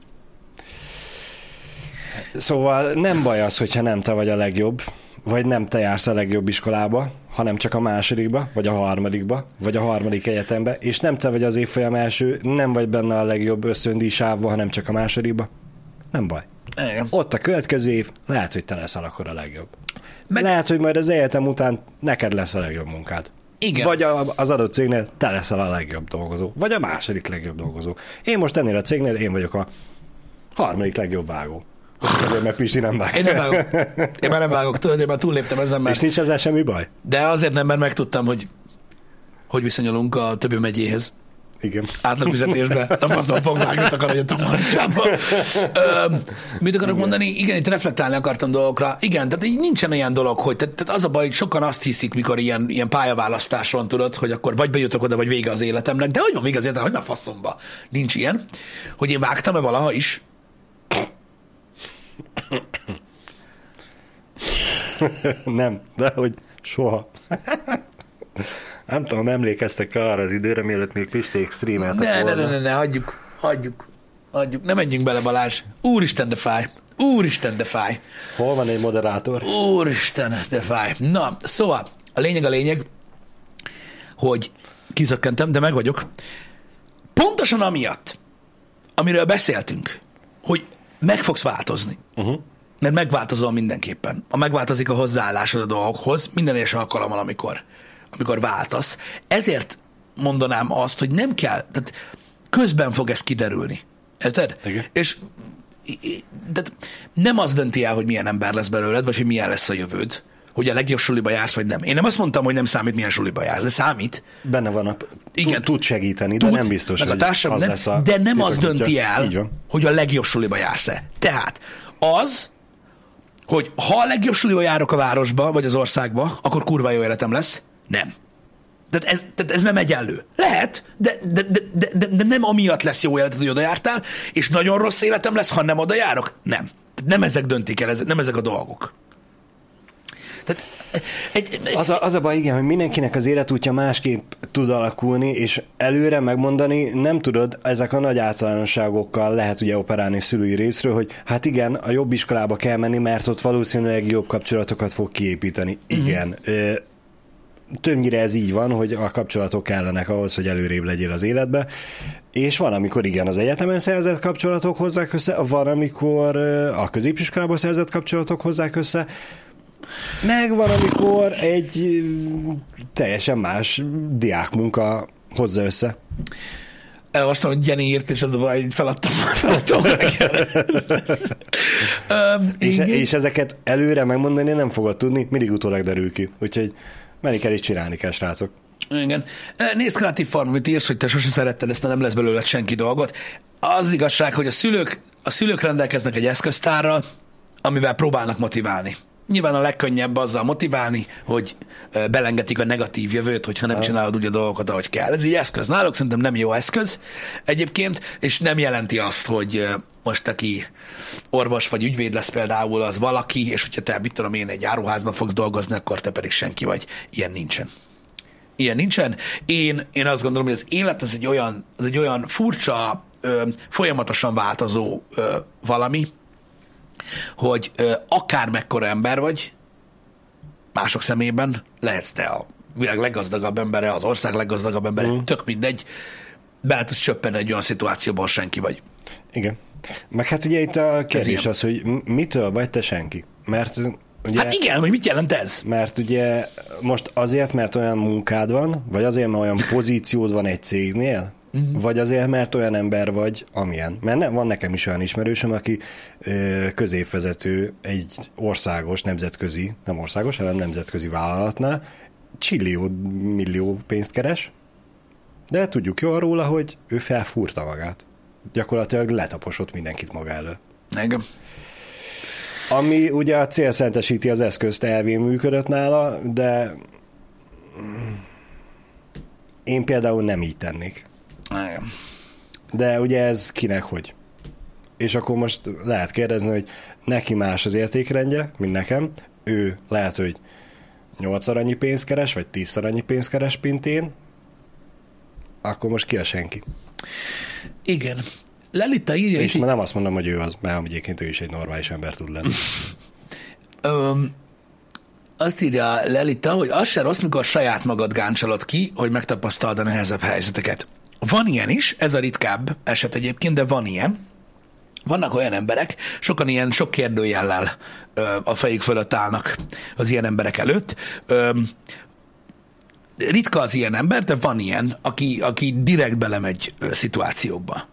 Speaker 2: Szóval nem baj az, hogyha nem te vagy a legjobb, vagy nem te jársz a legjobb iskolába, hanem csak a másodikba, vagy a harmadikba, vagy a harmadik egyetembe, és nem te vagy az évfolyam első, nem vagy benne a legjobb ösztöndíjsávban, hanem csak a másodikba. Nem baj.
Speaker 1: Igen.
Speaker 2: Ott a következő év, lehet, hogy te leszel akkor a legjobb. Lehet, hogy majd az egyetem után neked lesz a legjobb munkád.
Speaker 1: Igen.
Speaker 2: Vagy az adott cégnél te leszel a legjobb dolgozó, vagy a második legjobb dolgozó. Én most ennél a cégnél én vagyok a harmadik legjobb vágó. Azért, mert Pisti nem vág.
Speaker 1: Én nem vágok. Én már nem vágok, tudod, én már túlléptem ezen, mert...
Speaker 2: És nincs ezzel semmi baj?
Speaker 1: De azért nem, mert megtudtam, hogy viszonyulunk a többi megyéhez.
Speaker 2: Igen.
Speaker 1: Átlagfizetésbe. A faszom fog vágni, akarodjatok marcsába. Mit akarok mondani? Igen, itt reflektálni akartam dolgokra. Igen, tehát így nincsen olyan dolog, hogy tehát az a baj, hogy sokan azt hiszik, mikor ilyen pályaválasztás van, tudod, hogy akkor vagy bejutok oda, vagy vége az életemnek. De hogy van vége az életem? Hogy már faszomba? Nincs ilyen. Hogy én vágtam-e valaha is?
Speaker 2: Nem, de hogy soha. Nem tudom, emlékeztek arra az időre, mielőtt még Pisték streameltek volna.
Speaker 1: Ne, hagyjuk. Ne menjünk bele, Balázs. Úristen, de fáj.
Speaker 2: Hol van egy moderátor?
Speaker 1: Úristen, de fáj. Na, szóval, a lényeg, hogy kizökkentem, de meg vagyok. Pontosan amiatt, amiről beszéltünk, hogy meg fogsz változni. Mert megváltozol mindenképpen. Megváltozik a hozzáállásod a dolgokhoz, minden egyes alkalommal, amikor váltasz. Ezért mondanám azt, hogy nem kell, tehát közben fog ez kiderülni. Érted?
Speaker 2: Igen.
Speaker 1: És tehát nem az dönti el, hogy milyen ember lesz belőled, vagy hogy milyen lesz a jövőd, hogy a legjobb suliba jársz, vagy nem. Én nem azt mondtam, hogy nem számít, milyen suliba jársz, de számít.
Speaker 2: Benne van
Speaker 1: igen.
Speaker 2: Tud segíteni, de nem biztos,
Speaker 1: meg
Speaker 2: hogy
Speaker 1: a társadalom,
Speaker 2: az lesz a...
Speaker 1: De nem az dönti el, hogy a legjobb suliba jársz-e. Tehát az, hogy ha a legjobb suliba járok a városba, vagy az országba, akkor kurva jó életem lesz. Nem. Tehát ez nem egyenlő. Lehet, de nem amiatt lesz jó életed, hogy oda jártál, és nagyon rossz életem lesz, ha nem oda járok. Nem. Tehát nem ezek döntik el, nem ezek a dolgok. Tehát
Speaker 2: az a baj, igen, hogy mindenkinek az életútja másképp tud alakulni, és előre megmondani nem tudod, ezek a nagy általánosságokkal lehet ugye operálni szülői részről, hogy hát igen, a jobb iskolába kell menni, mert ott valószínűleg jobb kapcsolatokat fog kiépíteni. Igen. Többnyire ez így van, hogy a kapcsolatok kellenek ahhoz, hogy előrébb legyél az életbe, és van, amikor igen, az egyetemen szerzett kapcsolatok hozzák össze, van, amikor a középiskolában szerzett kapcsolatok hozzák össze, meg van, amikor egy teljesen más diákmunka hozza össze.
Speaker 1: Elolvastam, hogy Jenny írt, és az a baj, feladtam
Speaker 2: és ezeket előre megmondani nem fogod tudni, mindig utólag derül ki. Úgyhogy menni kell és csinálni kell, srácok.
Speaker 1: Igen. Nézd, Kreatív Farm, amit írsz, hogy te sose szeretted ezt, nem lesz belőled senki dolgot. Az igazság, hogy a szülők rendelkeznek egy eszköztárral, amivel próbálnak motiválni. Nyilván a legkönnyebb azzal motiválni, hogy belengetik a negatív jövőt, hogyha nem csinálod úgy a dolgokat, ahogy kell. Ez egy eszköz. Náluk szerintem nem jó eszköz egyébként, és nem jelenti azt, hogy most aki orvos vagy ügyvéd lesz például, az valaki, és hogyha te, mit tudom én, egy áruházban fogsz dolgozni, akkor te pedig senki vagy. Ilyen nincsen. Én azt gondolom, hogy az élet az egy olyan furcsa, folyamatosan változó valami, hogy akár mekkora ember vagy, mások szemében, lehetsz te a világ leggazdagabb embere, az ország leggazdagabb embere, tök mindegy, bele tudsz csöppenni egy olyan szituációban, ahol senki vagy.
Speaker 2: Igen. Meg hát ugye itt a kérdés az, hogy mitől vagy te senki? Mert ugye,
Speaker 1: hát igen, hogy mit jelent ez?
Speaker 2: Mert ugye most azért, mert olyan munkád van, vagy azért, mert olyan pozíciód van egy cégnél, vagy azért, mert olyan ember vagy, amilyen. Mert van nekem is olyan ismerősöm, aki középvezető egy országos, nemzetközi, nem országos, hanem nemzetközi vállalatnál, csillió, millió pénzt keres, De tudjuk jól róla, hogy ő felfúrta magát. Gyakorlatilag letaposott mindenkit maga elő.
Speaker 1: Igen.
Speaker 2: Ami ugye a cél szentesíti az eszközt, elvén működött nála, de én például nem így tennék.
Speaker 1: Igen.
Speaker 2: De ugye ez kinek hogy? És akkor most lehet kérdezni, hogy neki más az értékrendje, mint nekem. Ő lehet, hogy 8-szor annyi pénzt keres, vagy 10-szer annyi pénzt keres, mint én. Akkor most ki a senki?
Speaker 1: Igen. Lelita írja...
Speaker 2: És már nem azt mondom, hogy ő az, mert egyébként ő is egy normális ember tud lenni.
Speaker 1: Azt írja Lelita, hogy az se rossz, mikor saját magad gáncsolod ki, hogy megtapasztald a nehezebb helyzeteket. Van ilyen is, ez a ritkább eset egyébként, de van ilyen. Vannak olyan emberek, sokan ilyen sok kérdőjellel a fejük fölött állnak az ilyen emberek előtt. Ritka az ilyen ember, de van ilyen, aki direkt belemegy szituációkba.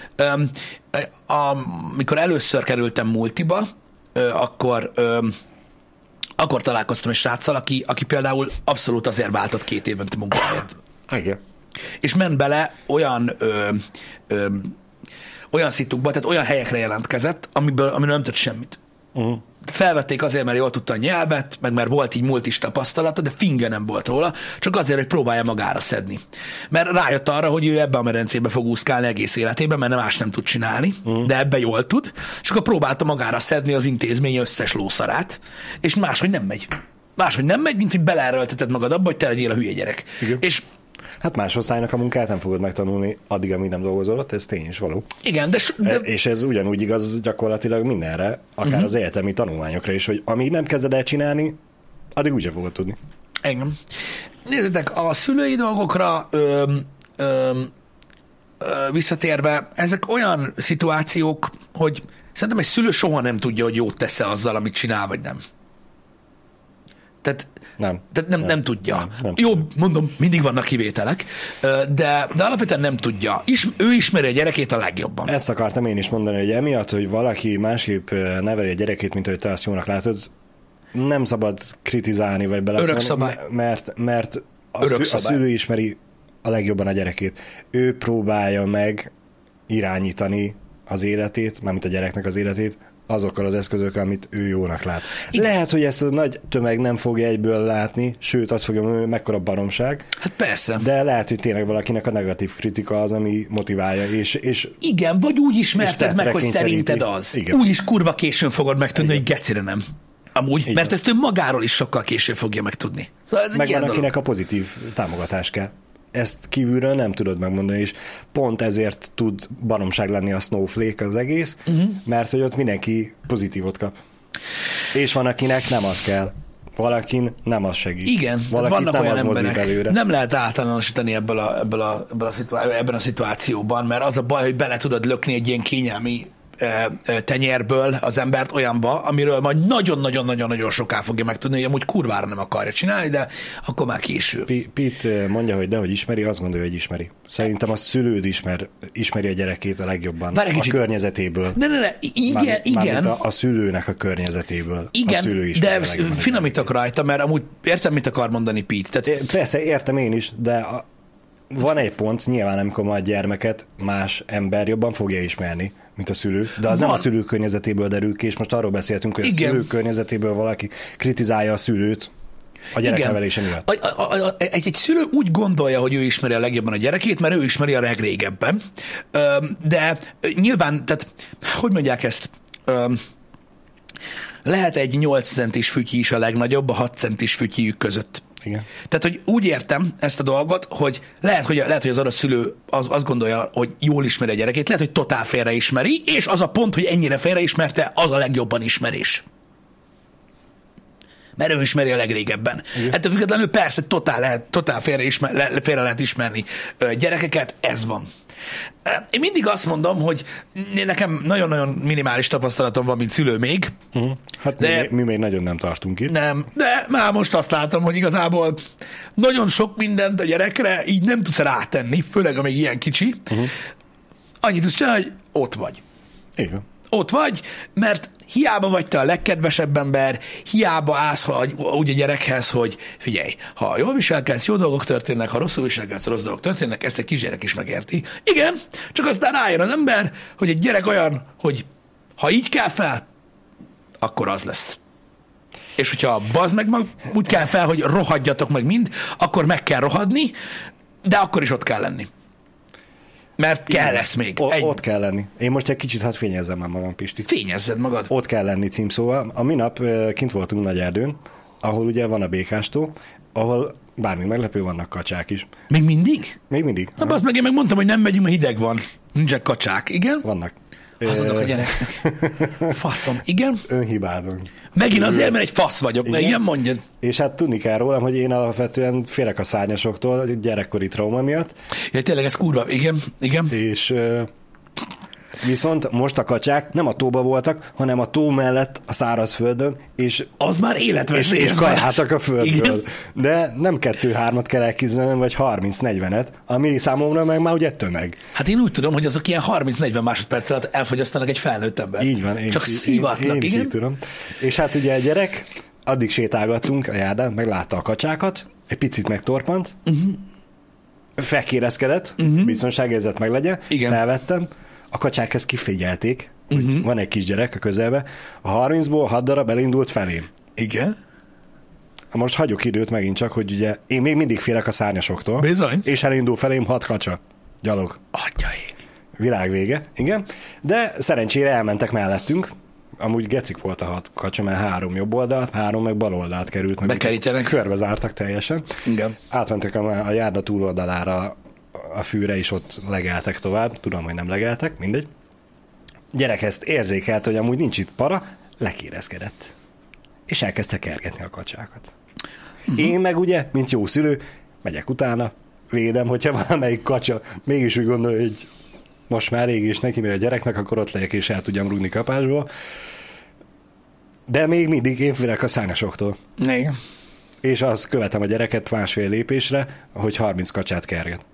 Speaker 1: Amikor először kerültem multiba, akkor találkoztam egy sráccal, aki például abszolút azért váltott 2 évente munkahelyet.
Speaker 2: Igen.
Speaker 1: És ment bele olyan szitukba, tehát olyan helyekre jelentkezett, amiről nem tudott semmit. Felvették azért, mert jól tudta a nyelvet, meg mert volt így multis tapasztalata, de finge nem volt róla, csak azért, hogy próbálja magára szedni. Mert rájött arra, hogy ő ebbe a medencébe fog úszkálni egész életében, mert más nem tud csinálni, de ebbe jól tud, és akkor próbálta magára szedni az intézmény összes lószarát, és máshogy nem megy. Máshogy nem megy, mint hogy beleerőlteted magad abba, hogy te legyél a hülye gyerek.
Speaker 2: Igen.
Speaker 1: És
Speaker 2: hát másoszájnak a munkát nem fogod megtanulni addig, amíg nem dolgozol ott, ez tény is való.
Speaker 1: igen, de...
Speaker 2: És ez ugyanúgy igaz gyakorlatilag mindenre, akár az egyetemi tanulmányokra is, hogy amíg nem kezded el csinálni, addig úgyse fogod tudni.
Speaker 1: Engem. Nézzétek, a szülői dolgokra visszatérve, ezek olyan szituációk, hogy szerintem egy szülő soha nem tudja, hogy jót tesz-e azzal, amit csinál, vagy nem. Tehát nem tudja.
Speaker 2: Nem
Speaker 1: Jó, mondom, mindig vannak kivételek, de alapvetően nem tudja. Ő ismeri a gyerekét a legjobban.
Speaker 2: Ezt akartam én is mondani, hogy emiatt, hogy valaki másképp neveli a gyerekét, mint ahogy te azt jónak látod, nem szabad kritizálni, vagy beleszólni, mert a szülő ismeri a legjobban a gyerekét. Ő próbálja meg irányítani az életét, mármint a gyereknek az életét, azokkal az eszközökkel, amit ő jónak lát. Igen. Lehet, hogy ezt a nagy tömeg nem fogja egyből látni, sőt, azt fogja mondani, hogy mekkora baromság.
Speaker 1: Hát persze.
Speaker 2: De lehet, hogy tényleg valakinek a negatív kritika az, ami motiválja. És
Speaker 1: igen, vagy úgy ismerted meg, hogy szerinted az. Igen. Úgy is kurva későn fogod megtudni, hogy gecire nem. Amúgy, igen. Mert ezt ő magáról is sokkal később fogja megtudni. Szóval ez
Speaker 2: meg van, akinek
Speaker 1: dolog.
Speaker 2: A pozitív támogatás kell. Ezt kívülről nem tudod megmondani, és pont ezért tud baromság lenni a Snowflake az egész, mert hogy ott mindenki pozitívot kap. És van, akinek nem az kell. Valakin nem az segít.
Speaker 1: Igen, vannak
Speaker 2: nem
Speaker 1: olyan
Speaker 2: az
Speaker 1: emberek.
Speaker 2: Előre.
Speaker 1: Nem lehet általánosítani ebben a szituációban, mert az a baj, hogy bele tudod lökni egy ilyen kényelmi tenyérből az embert olyanba, amiről majd nagyon-nagyon-nagyon soká fogja megtudni, hogy amúgy kurvára nem akarja csinálni, de akkor már később.
Speaker 2: Pete mondja, hogy dehogy ismeri, azt gondolja, hogy ismeri. Szerintem a szülőd ismeri a gyerekét a legjobban. A környezetéből.
Speaker 1: Igen.
Speaker 2: A szülőnek a környezetéből.
Speaker 1: Igen, de finomítok rajta, mert amúgy értem, mit akar mondani Pete. Tehát...
Speaker 2: Persze, értem én is, de van egy pont, nyilván amikor majd gyermeket más ember jobban fogja ismerni, mint a szülő, de az nem a szülő környezetéből derül ki, és most arról beszéltünk, hogy igen. A szülő környezetéből valaki kritizálja a szülőt a gyereknevelése miatt.
Speaker 1: Egy szülő úgy gondolja, hogy ő ismeri a legjobban a gyerekét, mert ő ismeri a legrégebben, de nyilván, tehát hogy mondják ezt, lehet egy 8 centis fütyi is a legnagyobb a 6 centis fütyijük között.
Speaker 2: Igen.
Speaker 1: Tehát, hogy úgy értem ezt a dolgot, hogy lehet, hogy az adott szülő azt gondolja, hogy jól ismeri a gyerekét, lehet, hogy totál félreismeri, és az a pont, hogy ennyire félreismerte, az a legjobban ismerés. Mert ő ismeri a legrégebben. Igen. Ettől függetlenül persze totál félre lehet ismerni gyerekeket, ez van. Én mindig azt mondom, hogy nekem nagyon-nagyon minimális tapasztalatom van, mint szülő még.
Speaker 2: Hát mi még nagyon nem tartunk itt.
Speaker 1: Nem, de már most azt látom, hogy igazából nagyon sok mindent a gyerekre így nem tudsz rátenni, főleg amíg ilyen kicsi. Annyit tudsz csinálni, hogy ott vagy.
Speaker 2: Igen.
Speaker 1: Ott vagy, mert hiába vagy te a legkedvesebb ember, hiába állsz úgy a gyerekhez, hogy figyelj, ha jól viselkedsz, jó dolgok történnek, ha rosszul viselkedsz, rossz dolgok történnek, ezt egy kisgyerek is megérti. Igen, csak aztán rájön az ember, hogy egy gyerek olyan, hogy ha így kell fel, akkor az lesz. És hogyha bazd meg úgy kell fel, hogy rohadjatok meg mind, akkor meg kell rohadni, de akkor is ott kell lenni. Mert kell lesz még.
Speaker 2: Ott kell lenni. Én most egy kicsit fényezzem már magam, Pisti.
Speaker 1: Fényezzed magad.
Speaker 2: Ott kell lenni címszóval. A minap kint voltunk Nagyerdőn, ahol ugye van a Békástó, ahol bármi meglepő, vannak kacsák is.
Speaker 1: Még mindig?
Speaker 2: Még mindig.
Speaker 1: Na bazd meg, én megmondtam, hogy nem megyünk, mert hideg van. Nincsenek kacsák, igen?
Speaker 2: Vannak.
Speaker 1: Hazudok a gyereknek. Faszom, igen?
Speaker 2: Önhibádon.
Speaker 1: Megint azért, mert egy fasz vagyok, igen? Igen, mondjad.
Speaker 2: És hát tudni kell rólam, hogy én alapvetően félek a szárnyasoktól, gyerekkori trauma miatt.
Speaker 1: Ja, tényleg ez kurva, igen, igen.
Speaker 2: És viszont most a kacsák nem a tóba voltak, hanem a tó mellett a szárazföldön, és
Speaker 1: az már életveszély.
Speaker 2: És kajáltak a földből. Igen? De nem 2-3-at kell elkízdenem, vagy 30-40-et, ami számomra meg már ugye tömeg.
Speaker 1: Hát én úgy tudom, hogy azok ilyen 30-40 másodperc alatt elfogyasztanak egy felnőtt embert.
Speaker 2: Így van.
Speaker 1: Csak szívatnak,
Speaker 2: igen? Így tudom. És hát ugye a gyerek, addig sétálgattunk a járdán, meglátta a kacsákat, egy picit megtorpant, felkérezkedett, biztonságérzet meg legyen, felvettem, a kacsák ezt kifigyelték, hogy van egy kisgyerek a közelbe, a 30-ból 6 darab elindult felém.
Speaker 1: Igen.
Speaker 2: Most hagyok időt megint csak, hogy ugye én még mindig félek a szárnyasoktól.
Speaker 1: Bizony.
Speaker 2: És elindul felém 6 kacsa. Gyalog.
Speaker 1: Atyaik.
Speaker 2: Világ vége, igen. De szerencsére elmentek mellettünk. Amúgy gecik volt a 6 kacsa, mert 3 jobb oldalt, 3 meg bal oldalt került.
Speaker 1: Bekerítenek.
Speaker 2: Körbe zártak teljesen.
Speaker 1: Igen.
Speaker 2: Átmentek a járda túloldalára a fűre, is ott legeltek tovább. Tudom, hogy nem legeltek, mindegy. Gyerek ezt érzékelt, hogy amúgy nincs itt para, lekérezkedett. És elkezdte kergetni a kacsákat. Én meg ugye, mint jó szülő, megyek utána, védem, hogyha valamelyik kacsa mégis úgy gondolja, hogy most már rég is neki megy a gyereknek, akkor ott legyek és el tudjam rúgni kapásból. De még mindig én félek a szárnyasoktól.
Speaker 1: Igen.
Speaker 2: És azt követem a gyereket 1,5 lépésre, hogy 30 kacsát kerget.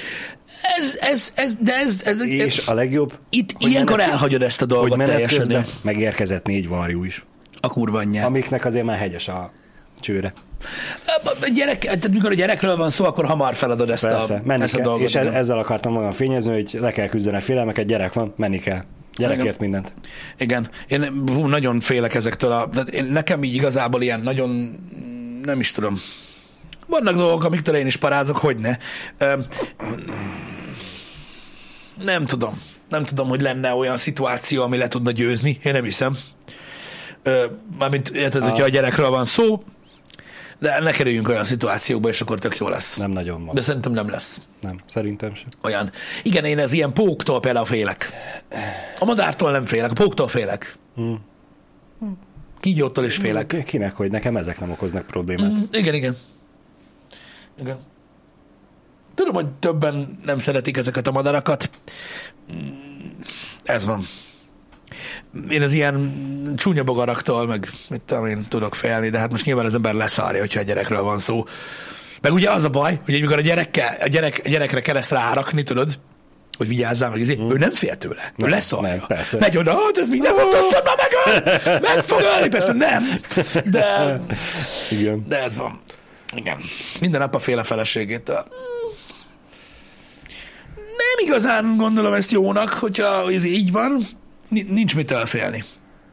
Speaker 2: És a legjobb...
Speaker 1: Itt ilyenkor elhagyod ezt a dolgot teljesen.
Speaker 2: Megérkezett 4 varjú is.
Speaker 1: A kurva anyját.
Speaker 2: Amiknek azért már hegyes a csőre.
Speaker 1: Tehát mikor a gyerekről van szó, akkor hamar feladod ezt a dolgot.
Speaker 2: És ezzel akartam magam fényezni, hogy le kell küzdeni a félelmeket, gyerek van, menni kell. Gyerekért mindent.
Speaker 1: Igen. Én nagyon félek ezektől nekem így igazából ilyen nagyon, nem is tudom. Vannak dolgok, amiktől én is parázok, hogyne. Nem tudom, hogy lenne olyan szituáció, ami le tudna győzni. Én nem hiszem. Mármint érted, hogyha a gyerekről van szó, de ne kerüljünk olyan szituációkba, és akkor tök jó lesz.
Speaker 2: Nem nagyon van.
Speaker 1: De szerintem nem lesz.
Speaker 2: Nem, szerintem sem.
Speaker 1: Olyan. Igen, én az ilyen póktól például félek. A madártól nem félek, a póktól félek. Kígyótól is félek.
Speaker 2: Kinek, hogy nekem ezek nem okoznak problémát.
Speaker 1: Igen. Tudom, hogy többen nem szeretik ezeket a madarakat. Ez van. Én az ilyen csúnya bogaraktól, meg mit tudom én, tudok félni, de hát most nyilván az ember leszárja, hogyha a gyerekről van szó. Meg ugye az a baj, hogy amikor a gyerekre kell ezt rárakni, tudod, hogy vigyázzál meg, ő nem fél tőle. Ő leszarja. Megy oda, hát ez minden fontosabb, meg fog ölni, persze nem. De ez van. Igen. Minden nap a fél a feleségétől. Nem igazán gondolom ezt jónak, hogyha ez így van, nincs mitől félni.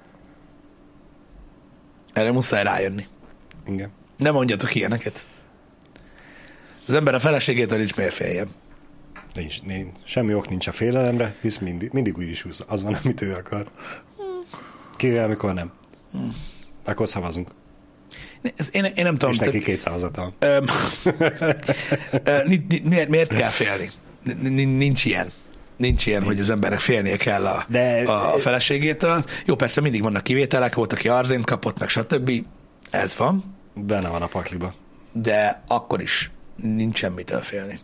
Speaker 1: Erre muszáj rájönni.
Speaker 2: Igen.
Speaker 1: Ne mondjatok ilyeneket. Az ember a feleségétől nincs miért féljen.
Speaker 2: Nincs. Semmi ok nincs a félelemre, hisz mindig úgy is húz. Az van, amit ő akar. Kivel, amikor nem. Akkor szavazunk.
Speaker 1: Én nem tudom.
Speaker 2: És neki 2 szavazata.
Speaker 1: Miért kell félni? Nincs ilyen, hogy az embernek félnie kell a feleségétől. Jó, persze mindig vannak kivételek, volt, aki arzént kapott, meg stb. Ez van.
Speaker 2: Benne van a pakliba.
Speaker 1: De akkor is nincs semmitől félni.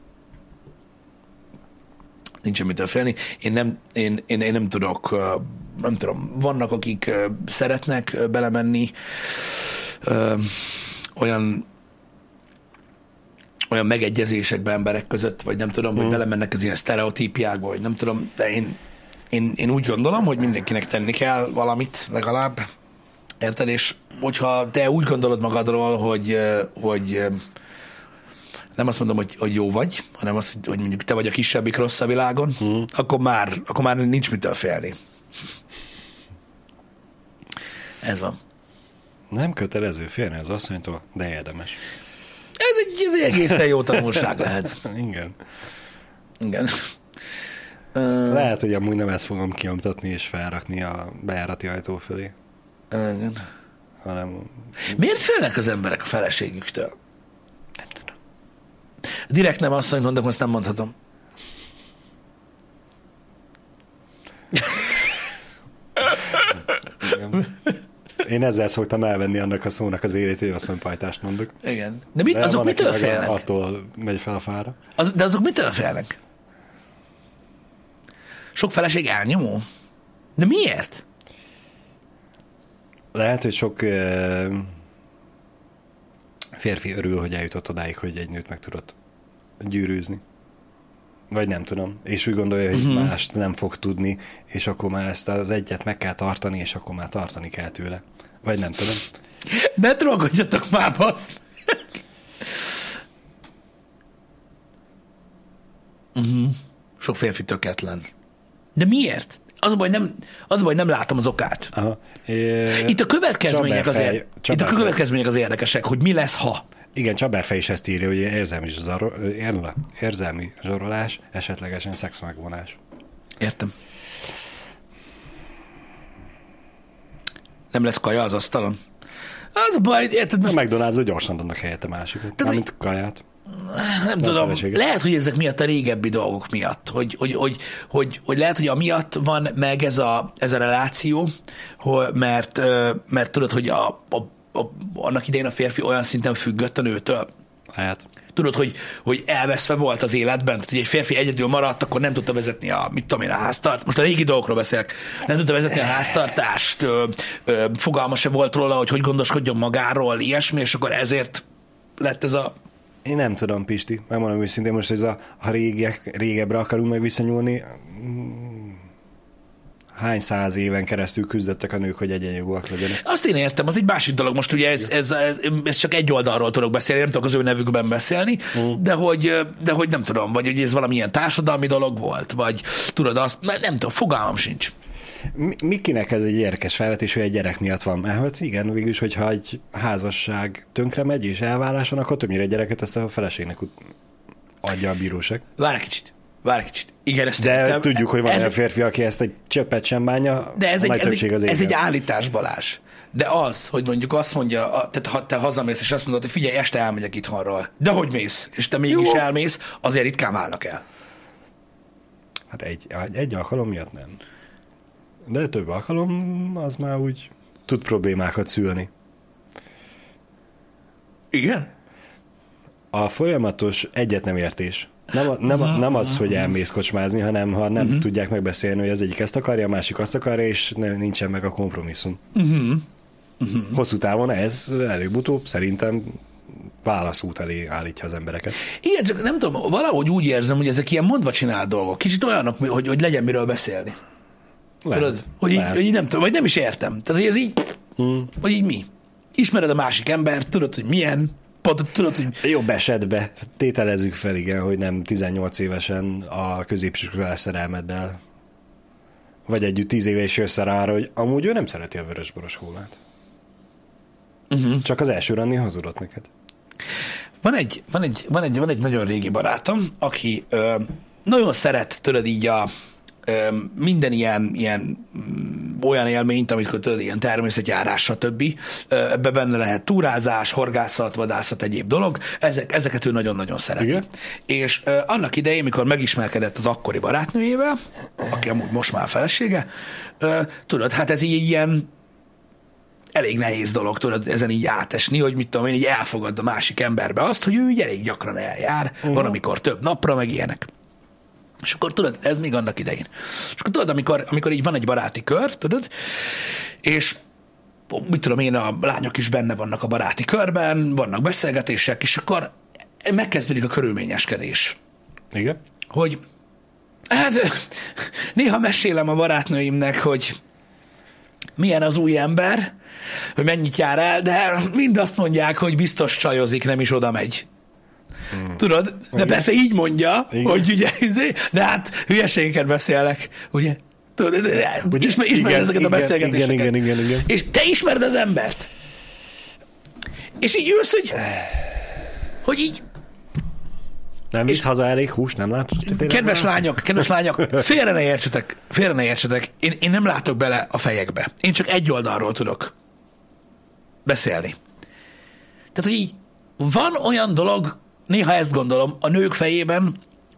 Speaker 1: Én nem tudok, nem tudom, vannak, akik szeretnek belemenni olyan megegyezésekbe emberek között, vagy nem tudom, hogy belemennek az ilyen sztereotípiákba, vagy nem tudom, de én úgy gondolom, hogy mindenkinek tenni kell valamit legalább. Érted? És hogyha te úgy gondolod magadról, hogy nem azt mondom, hogy jó vagy, hanem azt, hogy mondjuk te vagy a kisebbik rossz a világon, akkor már nincs mitől félni. Ez van.
Speaker 2: Nem kötelező félni az asszonytól, de érdemes.
Speaker 1: Ez egy egészen jó tanulság lehet.
Speaker 2: Igen.
Speaker 1: Igen.
Speaker 2: Lehet, hogy amúgy nem ezt fogom kiomtatni és felrakni a bejárati ajtó fölé.
Speaker 1: Igen.
Speaker 2: Hanem...
Speaker 1: Miért félnek az emberek a feleségüktől? Direkt nem asszonyt mondok, azt nem mondhatom.
Speaker 2: Igen. Én ezzel szoktam elvenni annak a szónak az élét, hogy asszonypajtást mondok.
Speaker 1: Igen. De azok mitől félnek?
Speaker 2: Attól megy fel a fára.
Speaker 1: De azok mitől félnek? Sok feleség elnyomó? De miért?
Speaker 2: Lehet, hogy sok férfi örül, hogy eljutott odáig, hogy egy nőt meg tudott gyűrűzni. Vagy nem tudom. És úgy gondolja, hogy mást nem fog tudni, és akkor már ezt az egyet meg kell tartani, és akkor már tartani kell tőle. Vagy nem tudom.
Speaker 1: Ne trollkodjatok már, bassz! Sok férfi tökéletlen. De miért? Az a baj, nem látom az okát.
Speaker 2: Aha.
Speaker 1: Itt a következmények az érdekesek, hogy mi lesz, ha.
Speaker 2: Igen, Csaberfej is ezt írja, hogy érzelmi zsarolás, esetlegesen szexmegvonás.
Speaker 1: Értem. Nem lesz kaja az asztalon? Az a baj, érted?
Speaker 2: A McDonald's gyorsan adnak helyette másikat, mármint kaját.
Speaker 1: Nem tudom, lehet, hogy ezek miatt a régebbi dolgok miatt, hogy lehet, hogy amiatt van meg ez a reláció, mert tudod, hogy annak idején a férfi olyan szinten függött a nőtől.
Speaker 2: Hát.
Speaker 1: Tudod, hogy elveszve volt az életben, tehát hogy egy férfi egyedül maradt, akkor nem tudta vezetni a háztartást. Most a régi dolgokról beszélek. Nem tudta vezetni a háztartást, fogalma se volt róla, hogy gondoskodjon magáról, ilyesmi, és akkor ezért lett ez a...
Speaker 2: Én nem tudom, Pisti, megmondom őszintén, most ez ha régebbre akarunk meg visszanyúlni, hány 100 éven keresztül küzdöttek a nők, hogy egyenjogúak legyenek.
Speaker 1: Azt én értem, az egy másik dolog. Most ugye ez csak egy oldalról tudok beszélni, nem tudok az ő nevükben beszélni, de hogy nem tudom, vagy hogy ez valamilyen társadalmi dolog volt, vagy tudod azt, nem tudom, fogalmam sincs.
Speaker 2: Mikinek ez egy érdekes felvetés, hogy egy gyerek miatt van? Mert igen, végülis, hogyha egy házasság tönkre megy és elválás van, akkor többnyire gyereket ezt a feleségnek adja a bíróság.
Speaker 1: Várj egy kicsit. Igen, ezt
Speaker 2: de
Speaker 1: értem.
Speaker 2: Tudjuk, hogy van olyan férfi, aki ezt egy csöppet sem bánja,
Speaker 1: de ez egy állítás, Balázs. De az, hogy mondjuk azt mondja, tehát ha te hazamész, és azt mondod, hogy figyelj, este elmegyek itthonról. De hogy mész? És te mégis elmész, azért ritkán válnak el.
Speaker 2: Hát egy alkalom miatt nem. De több alkalom az már úgy tud problémákat szülni.
Speaker 1: Igen?
Speaker 2: A folyamatos egyet nem értés. Nem az, hogy elmész kocsmázni, hanem ha nem tudják megbeszélni, hogy az egyik ezt akarja, a másik azt akarja, és nincsen meg a kompromisszum. Hosszú távon ez előbb-utóbb szerintem válaszút elé állítja az embereket.
Speaker 1: Igen, csak nem tudom, valahogy úgy érzem, hogy ezek ilyen mondva csinált dolgok. Kicsit olyanok, hogy legyen miről beszélni. Tudod? Hogy így nem tudom, vagy nem is értem. Tehát, hogy ez így, vagy így mi? Ismered a másik embert, tudod, hogy milyen, tudod, hogy...
Speaker 2: Jobb esetben tételezzük fel, igen, hogy nem 18 évesen a középiskolás szerelmeddel, vagy együtt 10 éve is jössz rá, hogy amúgy ő nem szereti a vörösboros kólát. Csak az első ranni hazudott neked.
Speaker 1: Van egy nagyon régi barátom, aki nagyon szeret, tudod így minden ilyen olyan élményt, amikor tudod, ilyen természetjárás, stb. Ebbe benne lehet túrázás, horgászat, vadászat, egyéb dolog. Ezeket ő nagyon-nagyon szereti. Igen? És annak idején, mikor megismerkedett az akkori barátnőjével, aki amúgy most már felesége, tudod, hát ez így ilyen elég nehéz dolog, tudod, ezen így átesni, hogy mit tudom én, így elfogadd a másik emberbe azt, hogy ő így elég gyakran eljár, van, amikor több napra, meg ilyenek. És akkor tudod, ez még annak idején. És akkor tudod, amikor így van egy baráti kör, tudod, és mit tudom én, a lányok is benne vannak a baráti körben, vannak beszélgetések, és akkor megkezdődik a körülményeskedés.
Speaker 2: Igen?
Speaker 1: Hogy hát néha mesélem a barátnőimnek, hogy milyen az új ember, hogy mennyit jár el, de mind azt mondják, hogy biztos csajozik, nem is oda megy. Tudod? De persze így mondja, hogy ugye, de hát hülyeségeket beszélnek, ugye? Tudod, ismered ezeket a beszélgetéseket.
Speaker 2: Igen.
Speaker 1: És te ismered az embert. És így ülsz, hogy így...
Speaker 2: Nem visz haza elég hús, nem látod?
Speaker 1: Kedves lányok, félre ne értsetek. Én nem látok bele a fejekbe. Én csak egy oldalról tudok beszélni. Tehát, hogy így van olyan dolog, néha ezt gondolom, a nők fejében,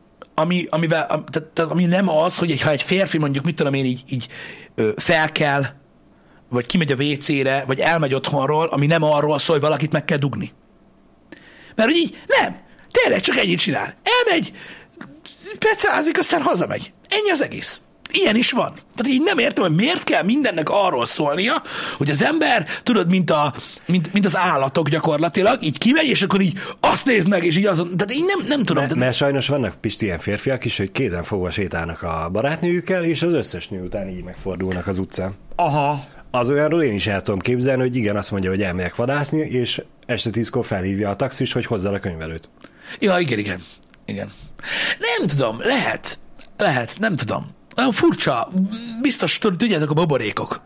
Speaker 1: ami nem az, hogy ha egy férfi mondjuk, mit tudom én, így felkel, vagy kimegy a WC-re, vagy elmegy otthonról, ami nem arról szól, hogy valakit meg kell dugni. Mert hogy így nem, tényleg csak ennyit csinál. Elmegy, pecázik, aztán hazamegy. Ennyi az egész. Ilyen is van. Tehát így nem értem, hogy miért kell mindennek arról szólnia, hogy az ember, tudod, mint az állatok gyakorlatilag, így kimegy, és akkor így azt nézd meg, és így azon, tehát így nem tudom.
Speaker 2: Mert sajnos vannak Pisti ilyen férfiak is, hogy kézen fogva sétálnak a barátnőjükkel, és az összes nő után így megfordulnak az utcán.
Speaker 1: Aha.
Speaker 2: Az olyanról én is el tudom képzelni, hogy igen, azt mondja, hogy elmegyek vadászni, és este 10-kor felhívja a taxis, hogy hozzá a könyvelőt.
Speaker 1: Ja, igen. Nem tudom, lehet, nem tudom. Olyan furcsa, biztos, tudjátok, a baborékok.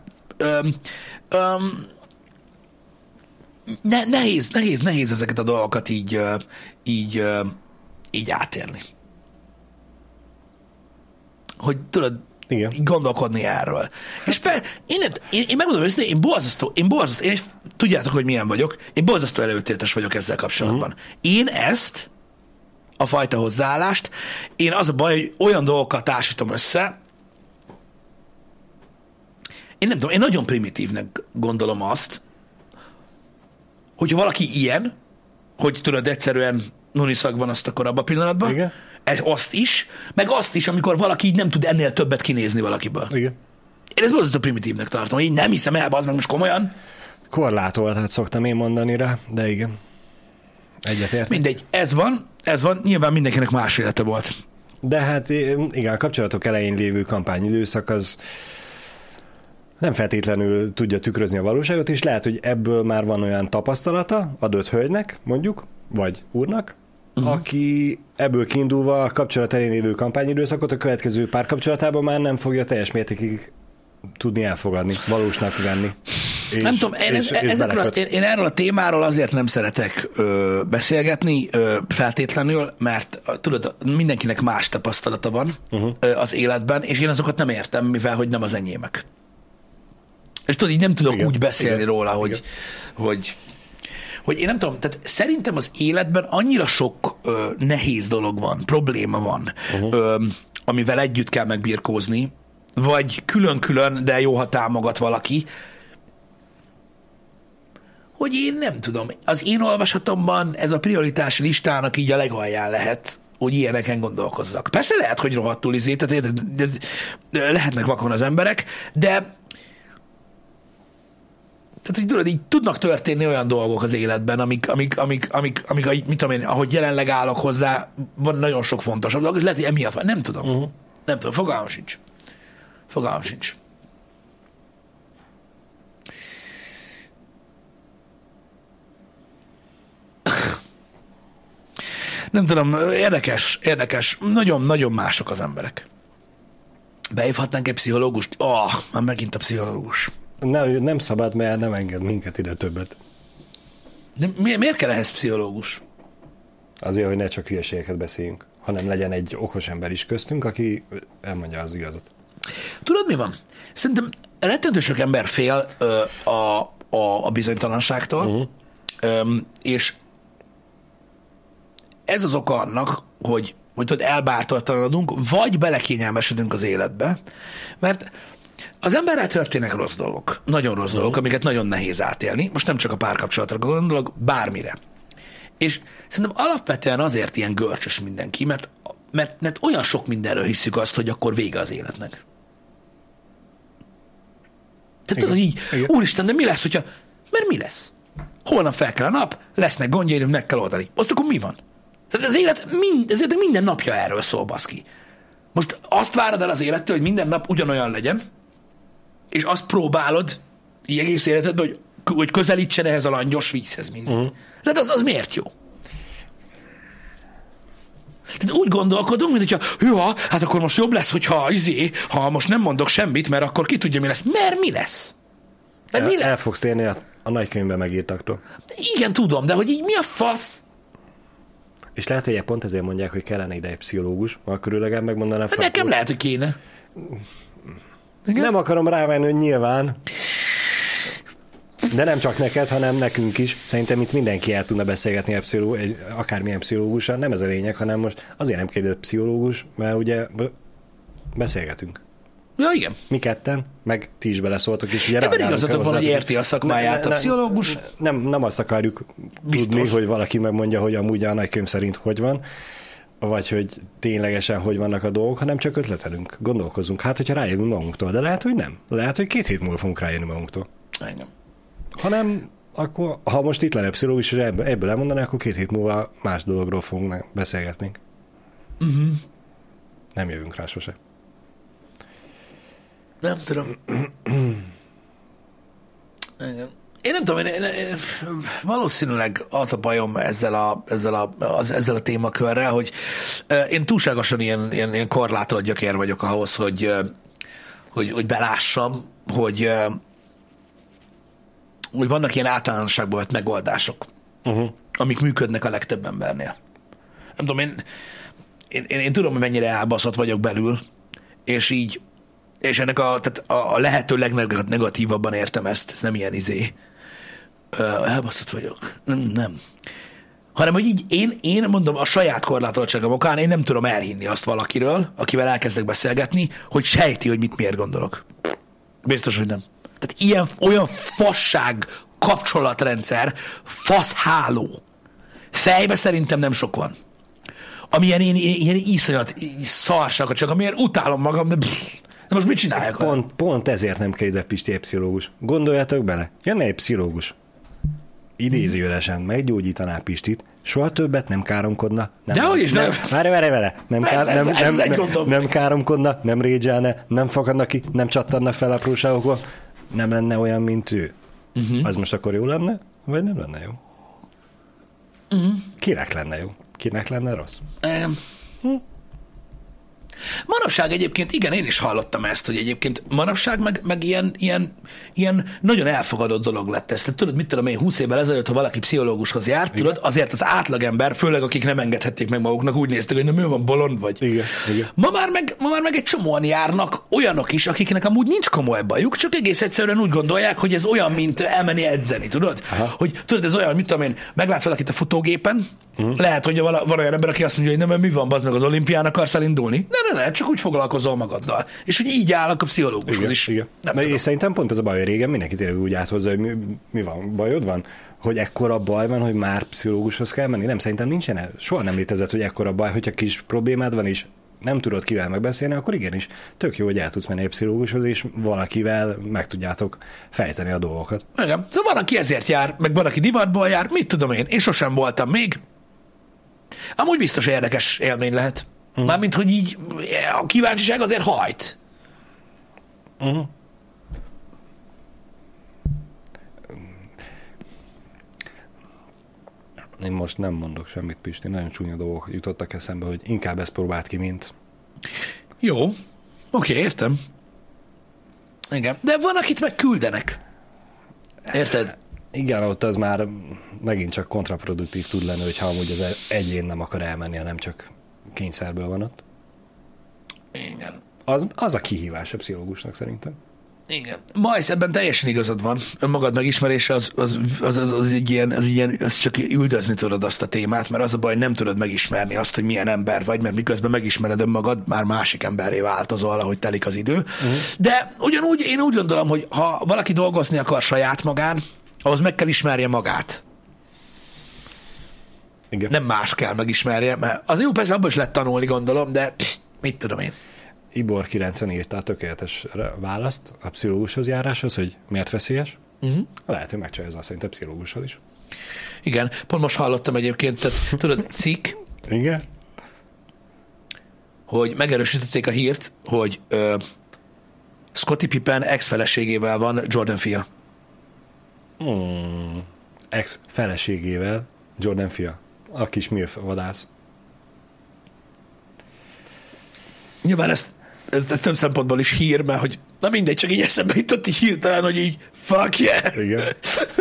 Speaker 1: Nehéz ezeket a dolgokat így átérni. Hogy tudod, igen, gondolkodni erről. És én megmondom őszintén, én borzasztó, tudjátok, hogy milyen vagyok, én borzasztó előtéletes vagyok ezzel kapcsolatban. Én ezt, a fajta hozzáállást, én az a baj, hogy olyan dolgokat társítom össze, én nem tudom, én nagyon primitívnek gondolom azt, hogyha valaki ilyen, hogy tudod, egyszerűen nuniszag van azt akkor abban a pillanatban, igen, azt is, meg azt is, amikor valaki így nem tud ennél többet kinézni valakiből.
Speaker 2: Igen.
Speaker 1: Én ezt borzasztó primitívnek tartom, így nem hiszem el, az meg most komolyan.
Speaker 2: Korlátoltat szoktam én mondani rá, de igen. Egyetértek.
Speaker 1: Mindegy, ez van, nyilván mindenkinek más élete volt.
Speaker 2: De hát igen, a kapcsolatok elején lévő kampányidőszak az nem feltétlenül tudja tükrözni a valóságot, és lehet, hogy ebből már van olyan tapasztalata adott hölgynek, mondjuk, vagy úrnak, aki ebből kiindulva a kapcsolat elején lévő kampányidőszakot a következő párkapcsolatában már nem fogja teljes mértékig tudni elfogadni, valósnak venni.
Speaker 1: Nem tudom, én erről a témáról azért nem szeretek beszélgetni feltétlenül, mert tudod, mindenkinek más tapasztalata van az életben, és én azokat nem értem, mivel hogy nem az enyémek. És tudod, így nem tudok úgy beszélni róla, hogy én nem tudom, tehát szerintem az életben annyira sok nehéz dolog van, probléma van, amivel együtt kell megbirkózni, vagy külön-külön, de jó, ha támogat valaki, hogy én nem tudom, az én olvasatomban ez a prioritás listának így a legalján lehet, hogy ilyeneken gondolkozzak. Persze lehet, hogy rohadtul tehát lehetnek vakon az emberek, de tehát, hogy tudod, így tudnak történni olyan dolgok az életben, amik mit tudom én, ahogy jelenleg állok hozzá, van nagyon sok fontosabb dolog, és lehet, hogy emiatt van. Nem tudom. Nem tudom, fogalmam sincs. Nem tudom, érdekes. Nagyon mások az emberek. Beívhatnánk egy pszichológust? Már megint a pszichológus.
Speaker 2: Nem szabad, mert nem enged minket ide többet.
Speaker 1: De miért kell ehhez pszichológus?
Speaker 2: Azért, hogy ne csak hülyeségeket beszéljünk, hanem legyen egy okos ember is köztünk, aki elmondja az igazat. Tudod,
Speaker 1: mi van? Szerintem rettentő sok ember fél a bizonytalanságtól, és ez az oka annak, hogy tudod, elbártortalanodunk, vagy belekényelmesedünk az életbe, mert az emberrel történnek rossz dolgok, nagyon rossz dolgok, amiket nagyon nehéz átélni, most nem csak a párkapcsolatra gondolok, bármire. És szerintem alapvetően azért ilyen görcsös mindenki, mert olyan sok mindenről hiszük azt, hogy akkor vége az életnek. Tehát tudod így, úristen, de mi lesz, hogyha... Mert mi lesz? Holnap fel kell a nap, lesznek gondjaid, meg kell oldani. Azt akkor mi van? Tehát az élet minden napja erről szól, baszki. Most azt várod el az élettől, hogy minden nap ugyanolyan legyen, és azt próbálod így egész életedben, hogy közelítsen ehhez a langyos vízhez mindig. De az miért jó? Tehát úgy gondolkodunk, mint hogyha hát akkor most jobb lesz, ha most nem mondok semmit, mert akkor ki tudja, mi lesz. Mert mi lesz?
Speaker 2: El fogsz térni a nagykönyvben megírtaktól.
Speaker 1: Igen, tudom, de hogy így mi a fasz?
Speaker 2: És lehet, hogy pont ezért mondják, hogy kellene ide egy pszichológus, akkor legalább megmondanám.
Speaker 1: Nekem lehet, hogy kéne.
Speaker 2: Igen? Nem akarom rávenni, hogy nyilván. De nem csak neked, hanem nekünk is. Szerintem itt mindenki el tudna beszélgetni akármilyen pszichológussal. Nem ez a lényeg, hanem most azért nem kérdő pszichológus, mert ugye beszélgetünk.
Speaker 1: Ja, igen.
Speaker 2: Mi ketten, meg ti is beleszóltok is.
Speaker 1: Ebben igazatok van, hogy érti a szakmáját a pszichológus.
Speaker 2: Nem azt akarjuk tudni, hogy valaki megmondja, hogy amúgy a nagykönyv szerint hogy van, vagy hogy ténylegesen hogy vannak a dolgok, hanem csak ötletelünk, gondolkozunk. Hát, hogyha rájövünk magunktól, de lehet, hogy nem. Lehet, hogy 2 hét múlva fogunk rájönni magunktól.
Speaker 1: Igen.
Speaker 2: Hanem akkor, ha most itt lenne pszichológus, és ebből elmondaná, akkor 2 hét múlva más dologról fogunk beszélgetni. Nem jövünk rá sose.
Speaker 1: Nem tudom. Én nem tudom, én valószínűleg az a bajom ezzel a témakörrel, hogy én túlságosan ilyen korlátolt gyökér vagyok ahhoz, hogy belássam, hogy vannak ilyen általánosságban vett megoldások, amik működnek a legtöbb embernél. Nem tudom, én tudom, hogy mennyire elbaszott vagyok belül, és ennek tehát a lehető legnegatívabban értem ezt, ez nem ilyen elbaszott vagyok. Nem. Hanem, hogy így én mondom, a saját korlátoltságom okán én nem tudom elhinni azt valakiről, akivel elkezdek beszélgetni, hogy sejti, hogy miért gondolok. Biztos, hogy nem. Tehát olyan fasság kapcsolatrendszer, faszháló. Fejbe szerintem nem sok van. Amilyen ilyen iszonyat szarságot, csak amilyen utálom magam, de most mit csináljak?
Speaker 2: Pont ezért nem kell ide Pisti egy pszichológus. Gondoljatok bele, jönne egy pszichológus. Idézőjelesen meggyógyítaná Pistit, soha többet nem káromkodna. Várj. Nem káromkodna, nem régyelne, nem fakadna ki, nem csattanna fel apróságokból. Nem lenne olyan, mint ő. Az most akkor jó lenne, vagy nem lenne jó? Kinek lenne jó? Kinek lenne rossz?
Speaker 1: Manapság egyébként, igen, én is hallottam ezt, hogy egyébként manapság meg ilyen nagyon elfogadott dolog lett ez. Tehát tudod, mit tudom én, 20 évvel ezelőtt, ha valaki pszichológushoz járt, tudod, azért az átlagember, főleg akik nem engedhették meg maguknak, úgy néztek, hogy mi van, bolond vagy.
Speaker 2: Igen.
Speaker 1: Ma már meg egy csomóan járnak olyanok is, akiknek amúgy nincs komoly bajuk, csak egész egyszerűen úgy gondolják, hogy ez olyan, mint elmenni edzeni, tudod? Aha. Hogy tudod, ez olyan, mit tudom én, meglátsz valakit a futógépen, lehet, hogy van olyan ember, aki azt mondja, hogy nem, mi van, bazd meg, az olimpián akarsz elindulni? Ne, csak úgy foglalkozol magaddal. És hogy így állnak a pszichológushoz is.
Speaker 2: Igen. És szerintem pont ez a baj, hogy régen mindenki tényleg úgy állt hozzá, hogy mi van, bajod van? Hogy ekkora baj van, hogy már pszichológushoz kell menni? Nem, szerintem nincsen. Soha nem létezett, hogy ekkora baj, hogyha kis problémád van, és nem tudod kivel megbeszélni, akkor igenis tök jó, hogy el tudsz menni egy pszichológushoz, és valakivel meg tudjátok fejteni a dolgokat.
Speaker 1: Igen. Szóval van, aki ezért jár, meg van, aki divatból jár, mit tudom én sosem voltam még. Amúgy biztos érdekes élmény lehet. Mármint, hogy így a kíváncsiság azért hajt.
Speaker 2: Én most nem mondok semmit, Pisti, nagyon csúnya dolgok jutottak eszembe, hogy inkább ezt próbáld ki, mint...
Speaker 1: Jó, oké, értem. Igen, de van, akit meg küldenek. Érted?
Speaker 2: Igen, ott az már megint csak kontraproduktív tud lenni, hogyha amúgy az egyén nem akar elmenni, hanem csak kényszerből van ott.
Speaker 1: Igen.
Speaker 2: Az a kihívás a pszichológusnak szerintem.
Speaker 1: Igen. Majsz, ebben teljesen igazad van. Önmagad megismerése az egy ilyen, az csak üldözni tudod azt a témát, mert az a baj, nem tudod megismerni azt, hogy milyen ember vagy, mert miközben megismered önmagad, már másik emberré változol, ahogy telik az idő. De ugyanúgy én úgy gondolom, hogy ha valaki dolgozni akar saját magán, ahhoz meg kell ismerje magát.
Speaker 2: Igen.
Speaker 1: Nem más kell megismerje, mert az jó, persze abban is lehet tanulni, gondolom, de mit tudom én.
Speaker 2: Ibor 90 írta a tökéletes választ a pszichológushoz járáshoz, hogy miért veszélyes. Lehet, hogy megcsinálja azt szerint a pszichológushoz is.
Speaker 1: Igen, pont most hallottam egyébként, tehát tudod, cikk,
Speaker 2: igen?
Speaker 1: hogy megerősítették a hírt, hogy Scottie Pippen ex-feleségével van Jordan fia.
Speaker 2: Ex-feleségével Jordan fia. A kis milf vadász.
Speaker 1: Nyilván ez több szempontból is hír, mert hogy na mindegy, csak így eszembe jutott így hirtelen, hogy így fuck yeah.
Speaker 2: Igen.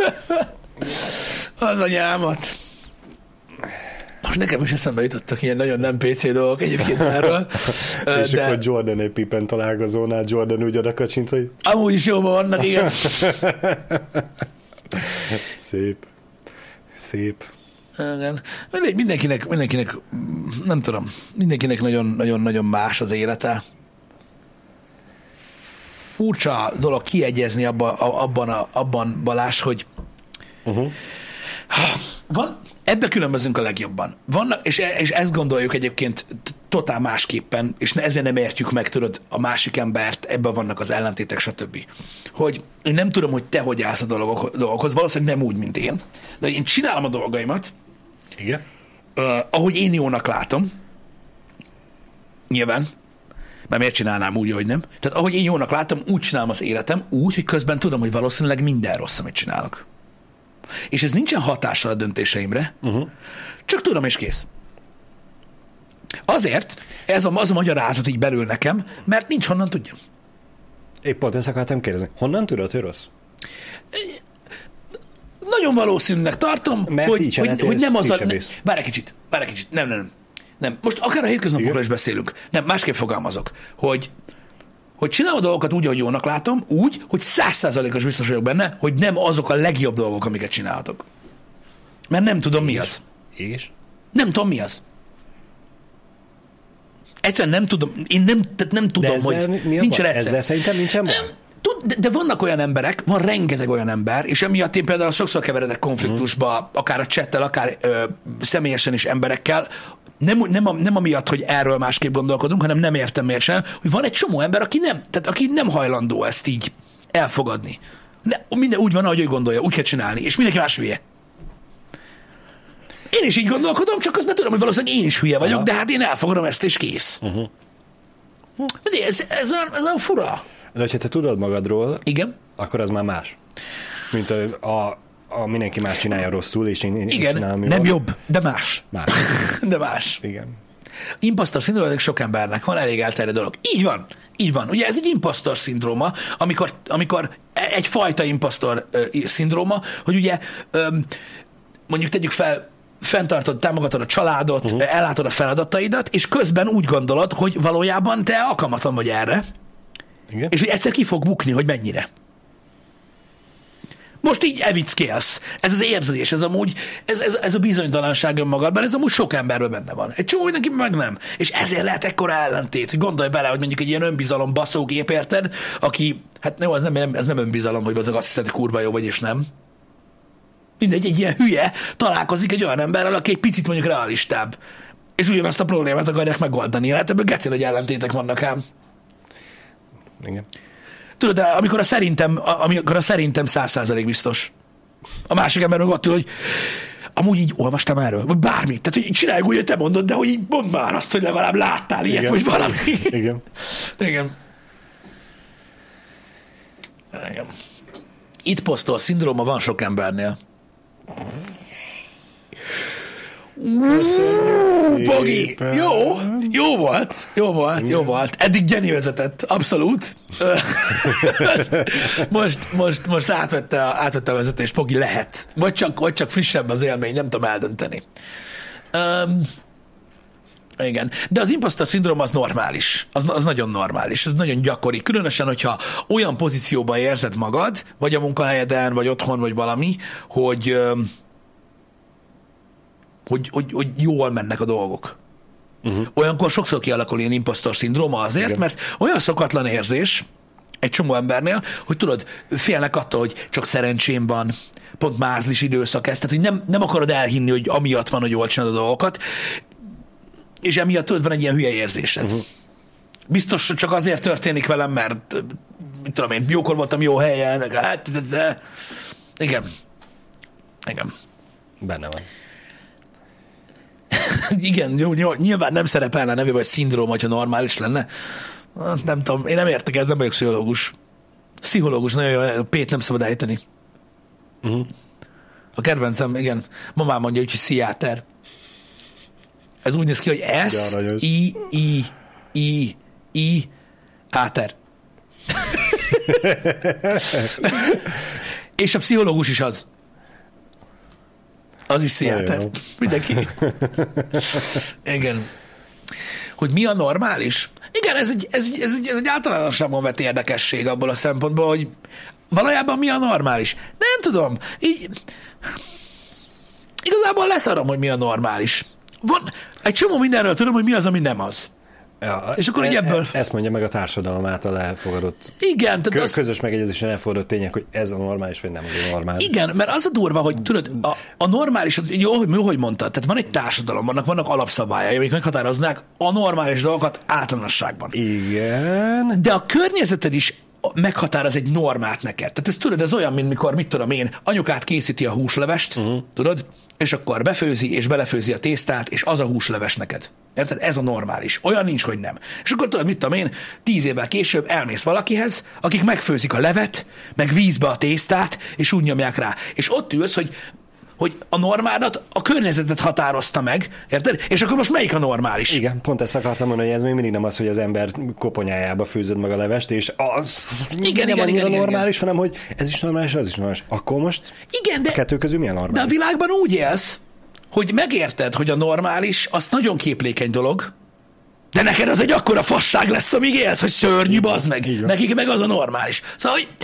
Speaker 1: Az anyámat. Most nekem is eszembe jutottak ilyen nagyon nem PC dolgok egyébként erről.
Speaker 2: És de... akkor Jordan egy Pippen találkozónál Jordan úgy oda kacsint, hogy...
Speaker 1: Amúgy is jóban vannak, igen.
Speaker 2: Szép. Szép.
Speaker 1: Igen. Mindenkinek, nem tudom, mindenkinek nagyon más az élete. Furcsa dolog kiegyezni abban Balázs, hogy ebbe különbözünk a legjobban. Vannak, és ezt gondoljuk egyébként totál másképpen, és ezzel nem értjük meg, tudod, a másik embert, ebben vannak az ellentétek, stb. Hogy én nem tudom, hogy te hogy állsz a dolgokhoz, valószínűleg nem úgy, mint én, de én csinálom a dolgaimat,
Speaker 2: igen.
Speaker 1: Ahogy én jónak látom, nyilván, mert miért csinálnám úgy, hogy nem. Tehát ahogy én jónak látom, úgy csinálom az életem, úgy, hogy közben tudom, hogy valószínűleg minden rossz, amit csinálok. És ez nincsen hatással a döntéseimre, csak tudom, és kész. Azért ez az a magyarázat így belül nekem, mert nincs honnan tudjam.
Speaker 2: Épp pont ezt akartam kérdezni. Honnan tudod, hogy rossz?
Speaker 1: Nagyon valószínűnek tartom, hogy nem az a... Várj egy kicsit. Nem. Most akár a hétköznapokról is beszélünk. Nem, másképp fogalmazok, hogy csinálom a dolgokat úgy, ahogy jónak látom, úgy, hogy 100%-os biztos vagyok benne, hogy nem azok a legjobb dolgok, amiket csinálhatok. Mert nem tudom, mi az.
Speaker 2: És?
Speaker 1: Nem tudom, mi az. Egyszerűen nem tudom, nem tudom, hogy nincs rendszer.
Speaker 2: Ezzel szerintem nincsen baj?
Speaker 1: De vannak olyan emberek, van rengeteg olyan ember, és emiatt én például sokszor keveredek konfliktusba, akár a chattel, akár személyesen is emberekkel, nem amiatt, hogy erről másképp gondolkodunk, hanem nem értem miért sem, hogy van egy csomó ember, aki nem hajlandó ezt így elfogadni. Minden úgy van, ahogy ő gondolja, úgy kell csinálni, és mindenki más hülye. Én is így gondolkodom, csak közben tudom, hogy valószínűleg én is hülye vagyok, de hát én elfogadom ezt, és kész. De ez olyan fura.
Speaker 2: De ha te tudod magadról,
Speaker 1: igen,
Speaker 2: akkor az már más. Mint a mindenki más csinálja rosszul, és én
Speaker 1: igen,
Speaker 2: csinálom
Speaker 1: nem jól. Jobb, de más. De más.
Speaker 2: Igen.
Speaker 1: Impostor szindróma sok embernek van, elég elterjedt dolog. Így van. Ugye ez egy impostor szindróma, amikor egyfajta impostor szindróma, hogy ugye mondjuk tegyük fel, fenntartod, támogatod a családot, ellátod a feladataidat, és közben úgy gondolod, hogy valójában te alkalmatlan vagy erre, igen. És hogy egyszer ki fog bukni, hogy mennyire. Most így evickélsz. Ez az érzés, ez amúgy, ez a bizonytalanság önmagadban, ez amúgy sok emberben benne van. Egy csomó mindenki meg nem. És ezért lehet ekkora ellentét, hogy gondolj bele, hogy mondjuk egy ilyen önbizalom baszógép, érted, aki, hát jó, ez nem önbizalom, hogy azok azt hiszed, hogy kurva jó vagy, és nem. Mindegy, egy ilyen hülye találkozik egy olyan emberrel, aki egy picit mondjuk realistább. És ugyanazt a problémát akarják megoldani. Hát ebből geci nagy ellentétek vannak ám.
Speaker 2: Igen.
Speaker 1: Tudod, de amikor a szerintem 100% biztos. A másik ember meg ott ül, hogy amúgy így olvastam erről, vagy bármit. Tehát, hogy csináljuk úgy, hogy te mondod, de hogy így mondd már azt, hogy legalább láttál ilyet, vagy valami.
Speaker 2: Igen.
Speaker 1: Igen. Itt posztol szindróma van sok embernél. Bogi, jó volt. Eddig Jenny vezetett, abszolút. most átvette a vezetést, Bogi lehet. Vagy csak frissebb az élmény, nem tudom eldönteni. Igen. De az impostor szindróma az normális. Az nagyon normális. Ez nagyon gyakori. Különösen, hogyha olyan pozícióban érzed magad, vagy a munkahelyeden, vagy otthon, vagy valami, hogy jól mennek a dolgok. Olyankor sokszor kialakul ilyen impostor szindróma azért, igen. Mert olyan szokatlan érzés egy csomó embernél, hogy tudod, félnek attól, hogy csak szerencsém van, pont mázlis időszak ez, tehát hogy nem akarod elhinni, hogy amiatt van, hogy jól csinálod a dolgokat, és emiatt tudod, van egy ilyen hülye érzésed. Biztos, hogy csak azért történik velem, mert mit tudom én, jókor voltam jó helyen, de igen.
Speaker 2: Benne van.
Speaker 1: Igen, jó, nyilván nem szerepelne a nevében, hogy szindróm, hogyha normális lenne. Nem tudom, én nem értek ezzel, nem vagyok pszichológus. Pszichológus, nagyon jó, P-t nem szabad ejteni.
Speaker 2: Uh-huh.
Speaker 1: A kedvencem, igen, mamám mondja, hogy pszichiáter. Ez úgy néz ki, hogy S-I-I-I áter. És a pszichológus is az. Az is pszichiáter. Mindenki. Igen. Hogy mi a normális? Igen, ez egy általánosabban vett érdekesség abból a szempontból, hogy valójában mi a normális. Nem tudom. Így... Igazából leszarom, hogy mi a normális. Van egy csomó mindenről tudom, hogy mi az, ami nem az.
Speaker 2: Ja,
Speaker 1: és akkor így ebből...
Speaker 2: Ezt mondja meg a társadalom által elfogadott.
Speaker 1: Igen.
Speaker 2: Közös megegyezésen elfogadott tények, hogy ez a normális, vagy nem az a normális.
Speaker 1: Igen, mert az a durva, hogy tudod, a normális, jó, hogy mondtad, tehát van egy társadalom, vannak alapszabályai, amik meghatároznák a normális dolgokat általánosságban.
Speaker 2: Igen.
Speaker 1: De a környezeted is meghatároz egy normát neked. Tehát ez tudod, ez olyan, mint mikor, mit tudom én, anyukát készíti a húslevest, tudod, és akkor befőzi, és belefőzi a tésztát, és az a húsleves neked. Érted? Ez a normális. Olyan nincs, hogy nem. És akkor tudod, mit tudom én, 10 évvel később elmész valakihez, akik megfőzik a levet, meg vízbe a tésztát, és úgy nyomják rá. És ott ülsz, hogy a normádat a környezetet határozta meg, érted? És akkor most melyik a normális?
Speaker 2: Igen, pont ezt akartam mondani, hogy ez még mindig nem az, hogy az ember koponyájába főzöd meg a levest, és az nem annyira normális, hanem hogy ez is normális, az is normális. Akkor most igen, a kettő közül mi a normális?
Speaker 1: De a világban úgy élsz, hogy megérted, hogy a normális, az nagyon képlékeny dolog, de neked az egy akkora fasság lesz, amíg élsz, hogy szörnyű, bazd meg. Nekik meg az a normális. Szóval, hogy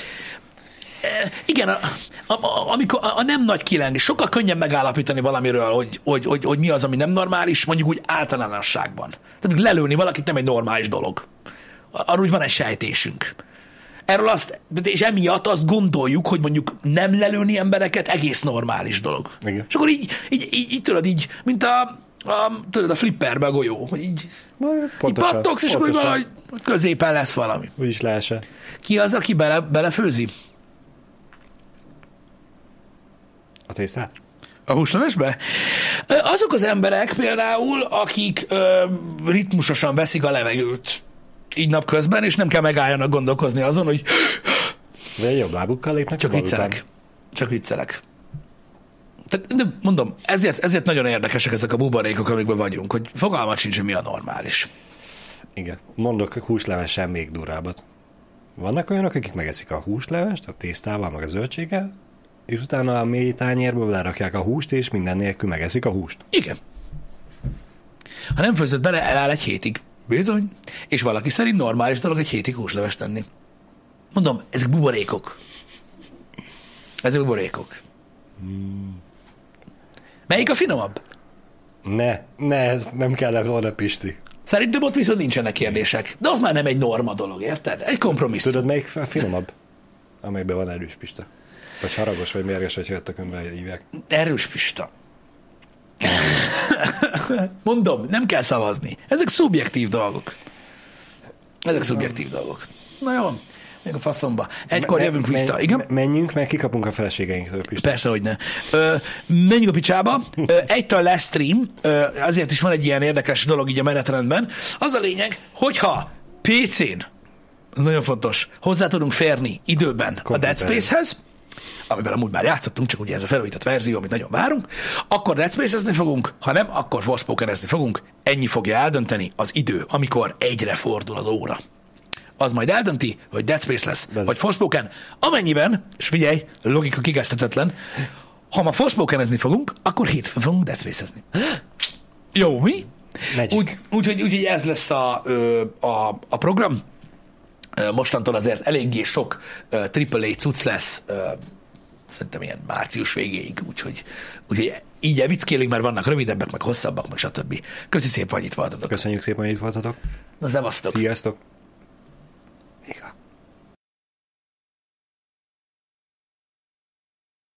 Speaker 1: igen, amikor a nem nagy kilengés, sokkal könnyebb megállapítani valamiről, hogy mi az, ami nem normális, mondjuk úgy általánosságban. Tehát lelőni valakit nem egy normális dolog. Arról úgy van egy sejtésünk. Erről és emiatt azt gondoljuk, hogy mondjuk nem lelőni embereket egész normális dolog.
Speaker 2: Igen.
Speaker 1: És akkor így tudod, így, mint tudod, a flipperbe a golyó, hogy így pattogsz, és akkor valahogy középen lesz valami.
Speaker 2: Úgy is lehessen.
Speaker 1: Ki az, aki belefőzi?
Speaker 2: A tésztát?
Speaker 1: A húslevesbe? Azok az emberek például, akik ritmusosan veszik a levegőt így napközben, és nem kell megálljanak gondolkozni azon, hogy
Speaker 2: de jobb lábukkal lépnek.
Speaker 1: Csak viccelek. Tehát, de mondom, ezért nagyon érdekesek ezek a buborékok, amikben vagyunk, hogy fogalmat sincs, hogy mi a normális.
Speaker 2: Igen. Mondok húslevesen még durvábbat. Vannak olyanok, akik megeszik a húslevest, a tésztával, meg a zöldséggel, és utána a mély tányérba lerakják a húst, és minden nélkül megeszik a húst.
Speaker 1: Igen. Ha nem főzött bele, eláll egy hétig. Bizony. És valaki szerint normális dolog egy hétig húslevest tenni. Mondom, ezek buborékok. Ezek buborékok. Melyik a finomabb?
Speaker 2: Ne, ez nem kellett volna, Pisti.
Speaker 1: Szerintem ott viszont nincsenek kérdések. De az már nem egy norma dolog, érted? Egy kompromisszum.
Speaker 2: Tudod, melyik a finomabb? Amelyikben van erős Pista. Vagy haragos, vagy mérges, vagy höttökönben hívják.
Speaker 1: Erős Pista. Mondom, nem kell szavazni. Ezek szubjektív dolgok. Na jó, még a faszomba. Egykor jövünk vissza. Igen?
Speaker 2: Menjünk, meg kikapunk a feleségeinktől, Pista.
Speaker 1: Persze, hogy ne. Menjünk a picsába. Egytől lesz stream, azért is van egy ilyen érdekes dolog így a menetrendben. Az a lényeg, hogyha PC-n, nagyon fontos, hozzá tudunk férni időben a Dead Space-hez, amiben amúgy már játszottunk, csak ugye ez a felújított verzió, amit nagyon várunk, akkor Dead Space-ezni fogunk, ha nem, akkor Forspoken-ezni fogunk. Ennyi fogja eldönteni az idő, amikor egyre fordul az óra. Az majd eldönti, hogy Dead Space lesz, vagy Forspoken. Amennyiben, és figyelj, logika kikeztetetlen, ha ma Forspoken-ezni fogunk, akkor hétfőn fogunk Dead Space-ezni. Jó, mi? Úgyhogy ez lesz a program. Mostantól azért eléggé sok AAA cucc lesz, szerintem ilyen március végéig, úgyhogy így elvickélünk, mert vannak rövidebbek, meg hosszabbak, meg stb. Köszi szépen, hogy itt voltatok.
Speaker 2: Köszönjük szépen, hogy itt voltatok.
Speaker 1: Na, szevasztok.
Speaker 2: Sziasztok. Vége.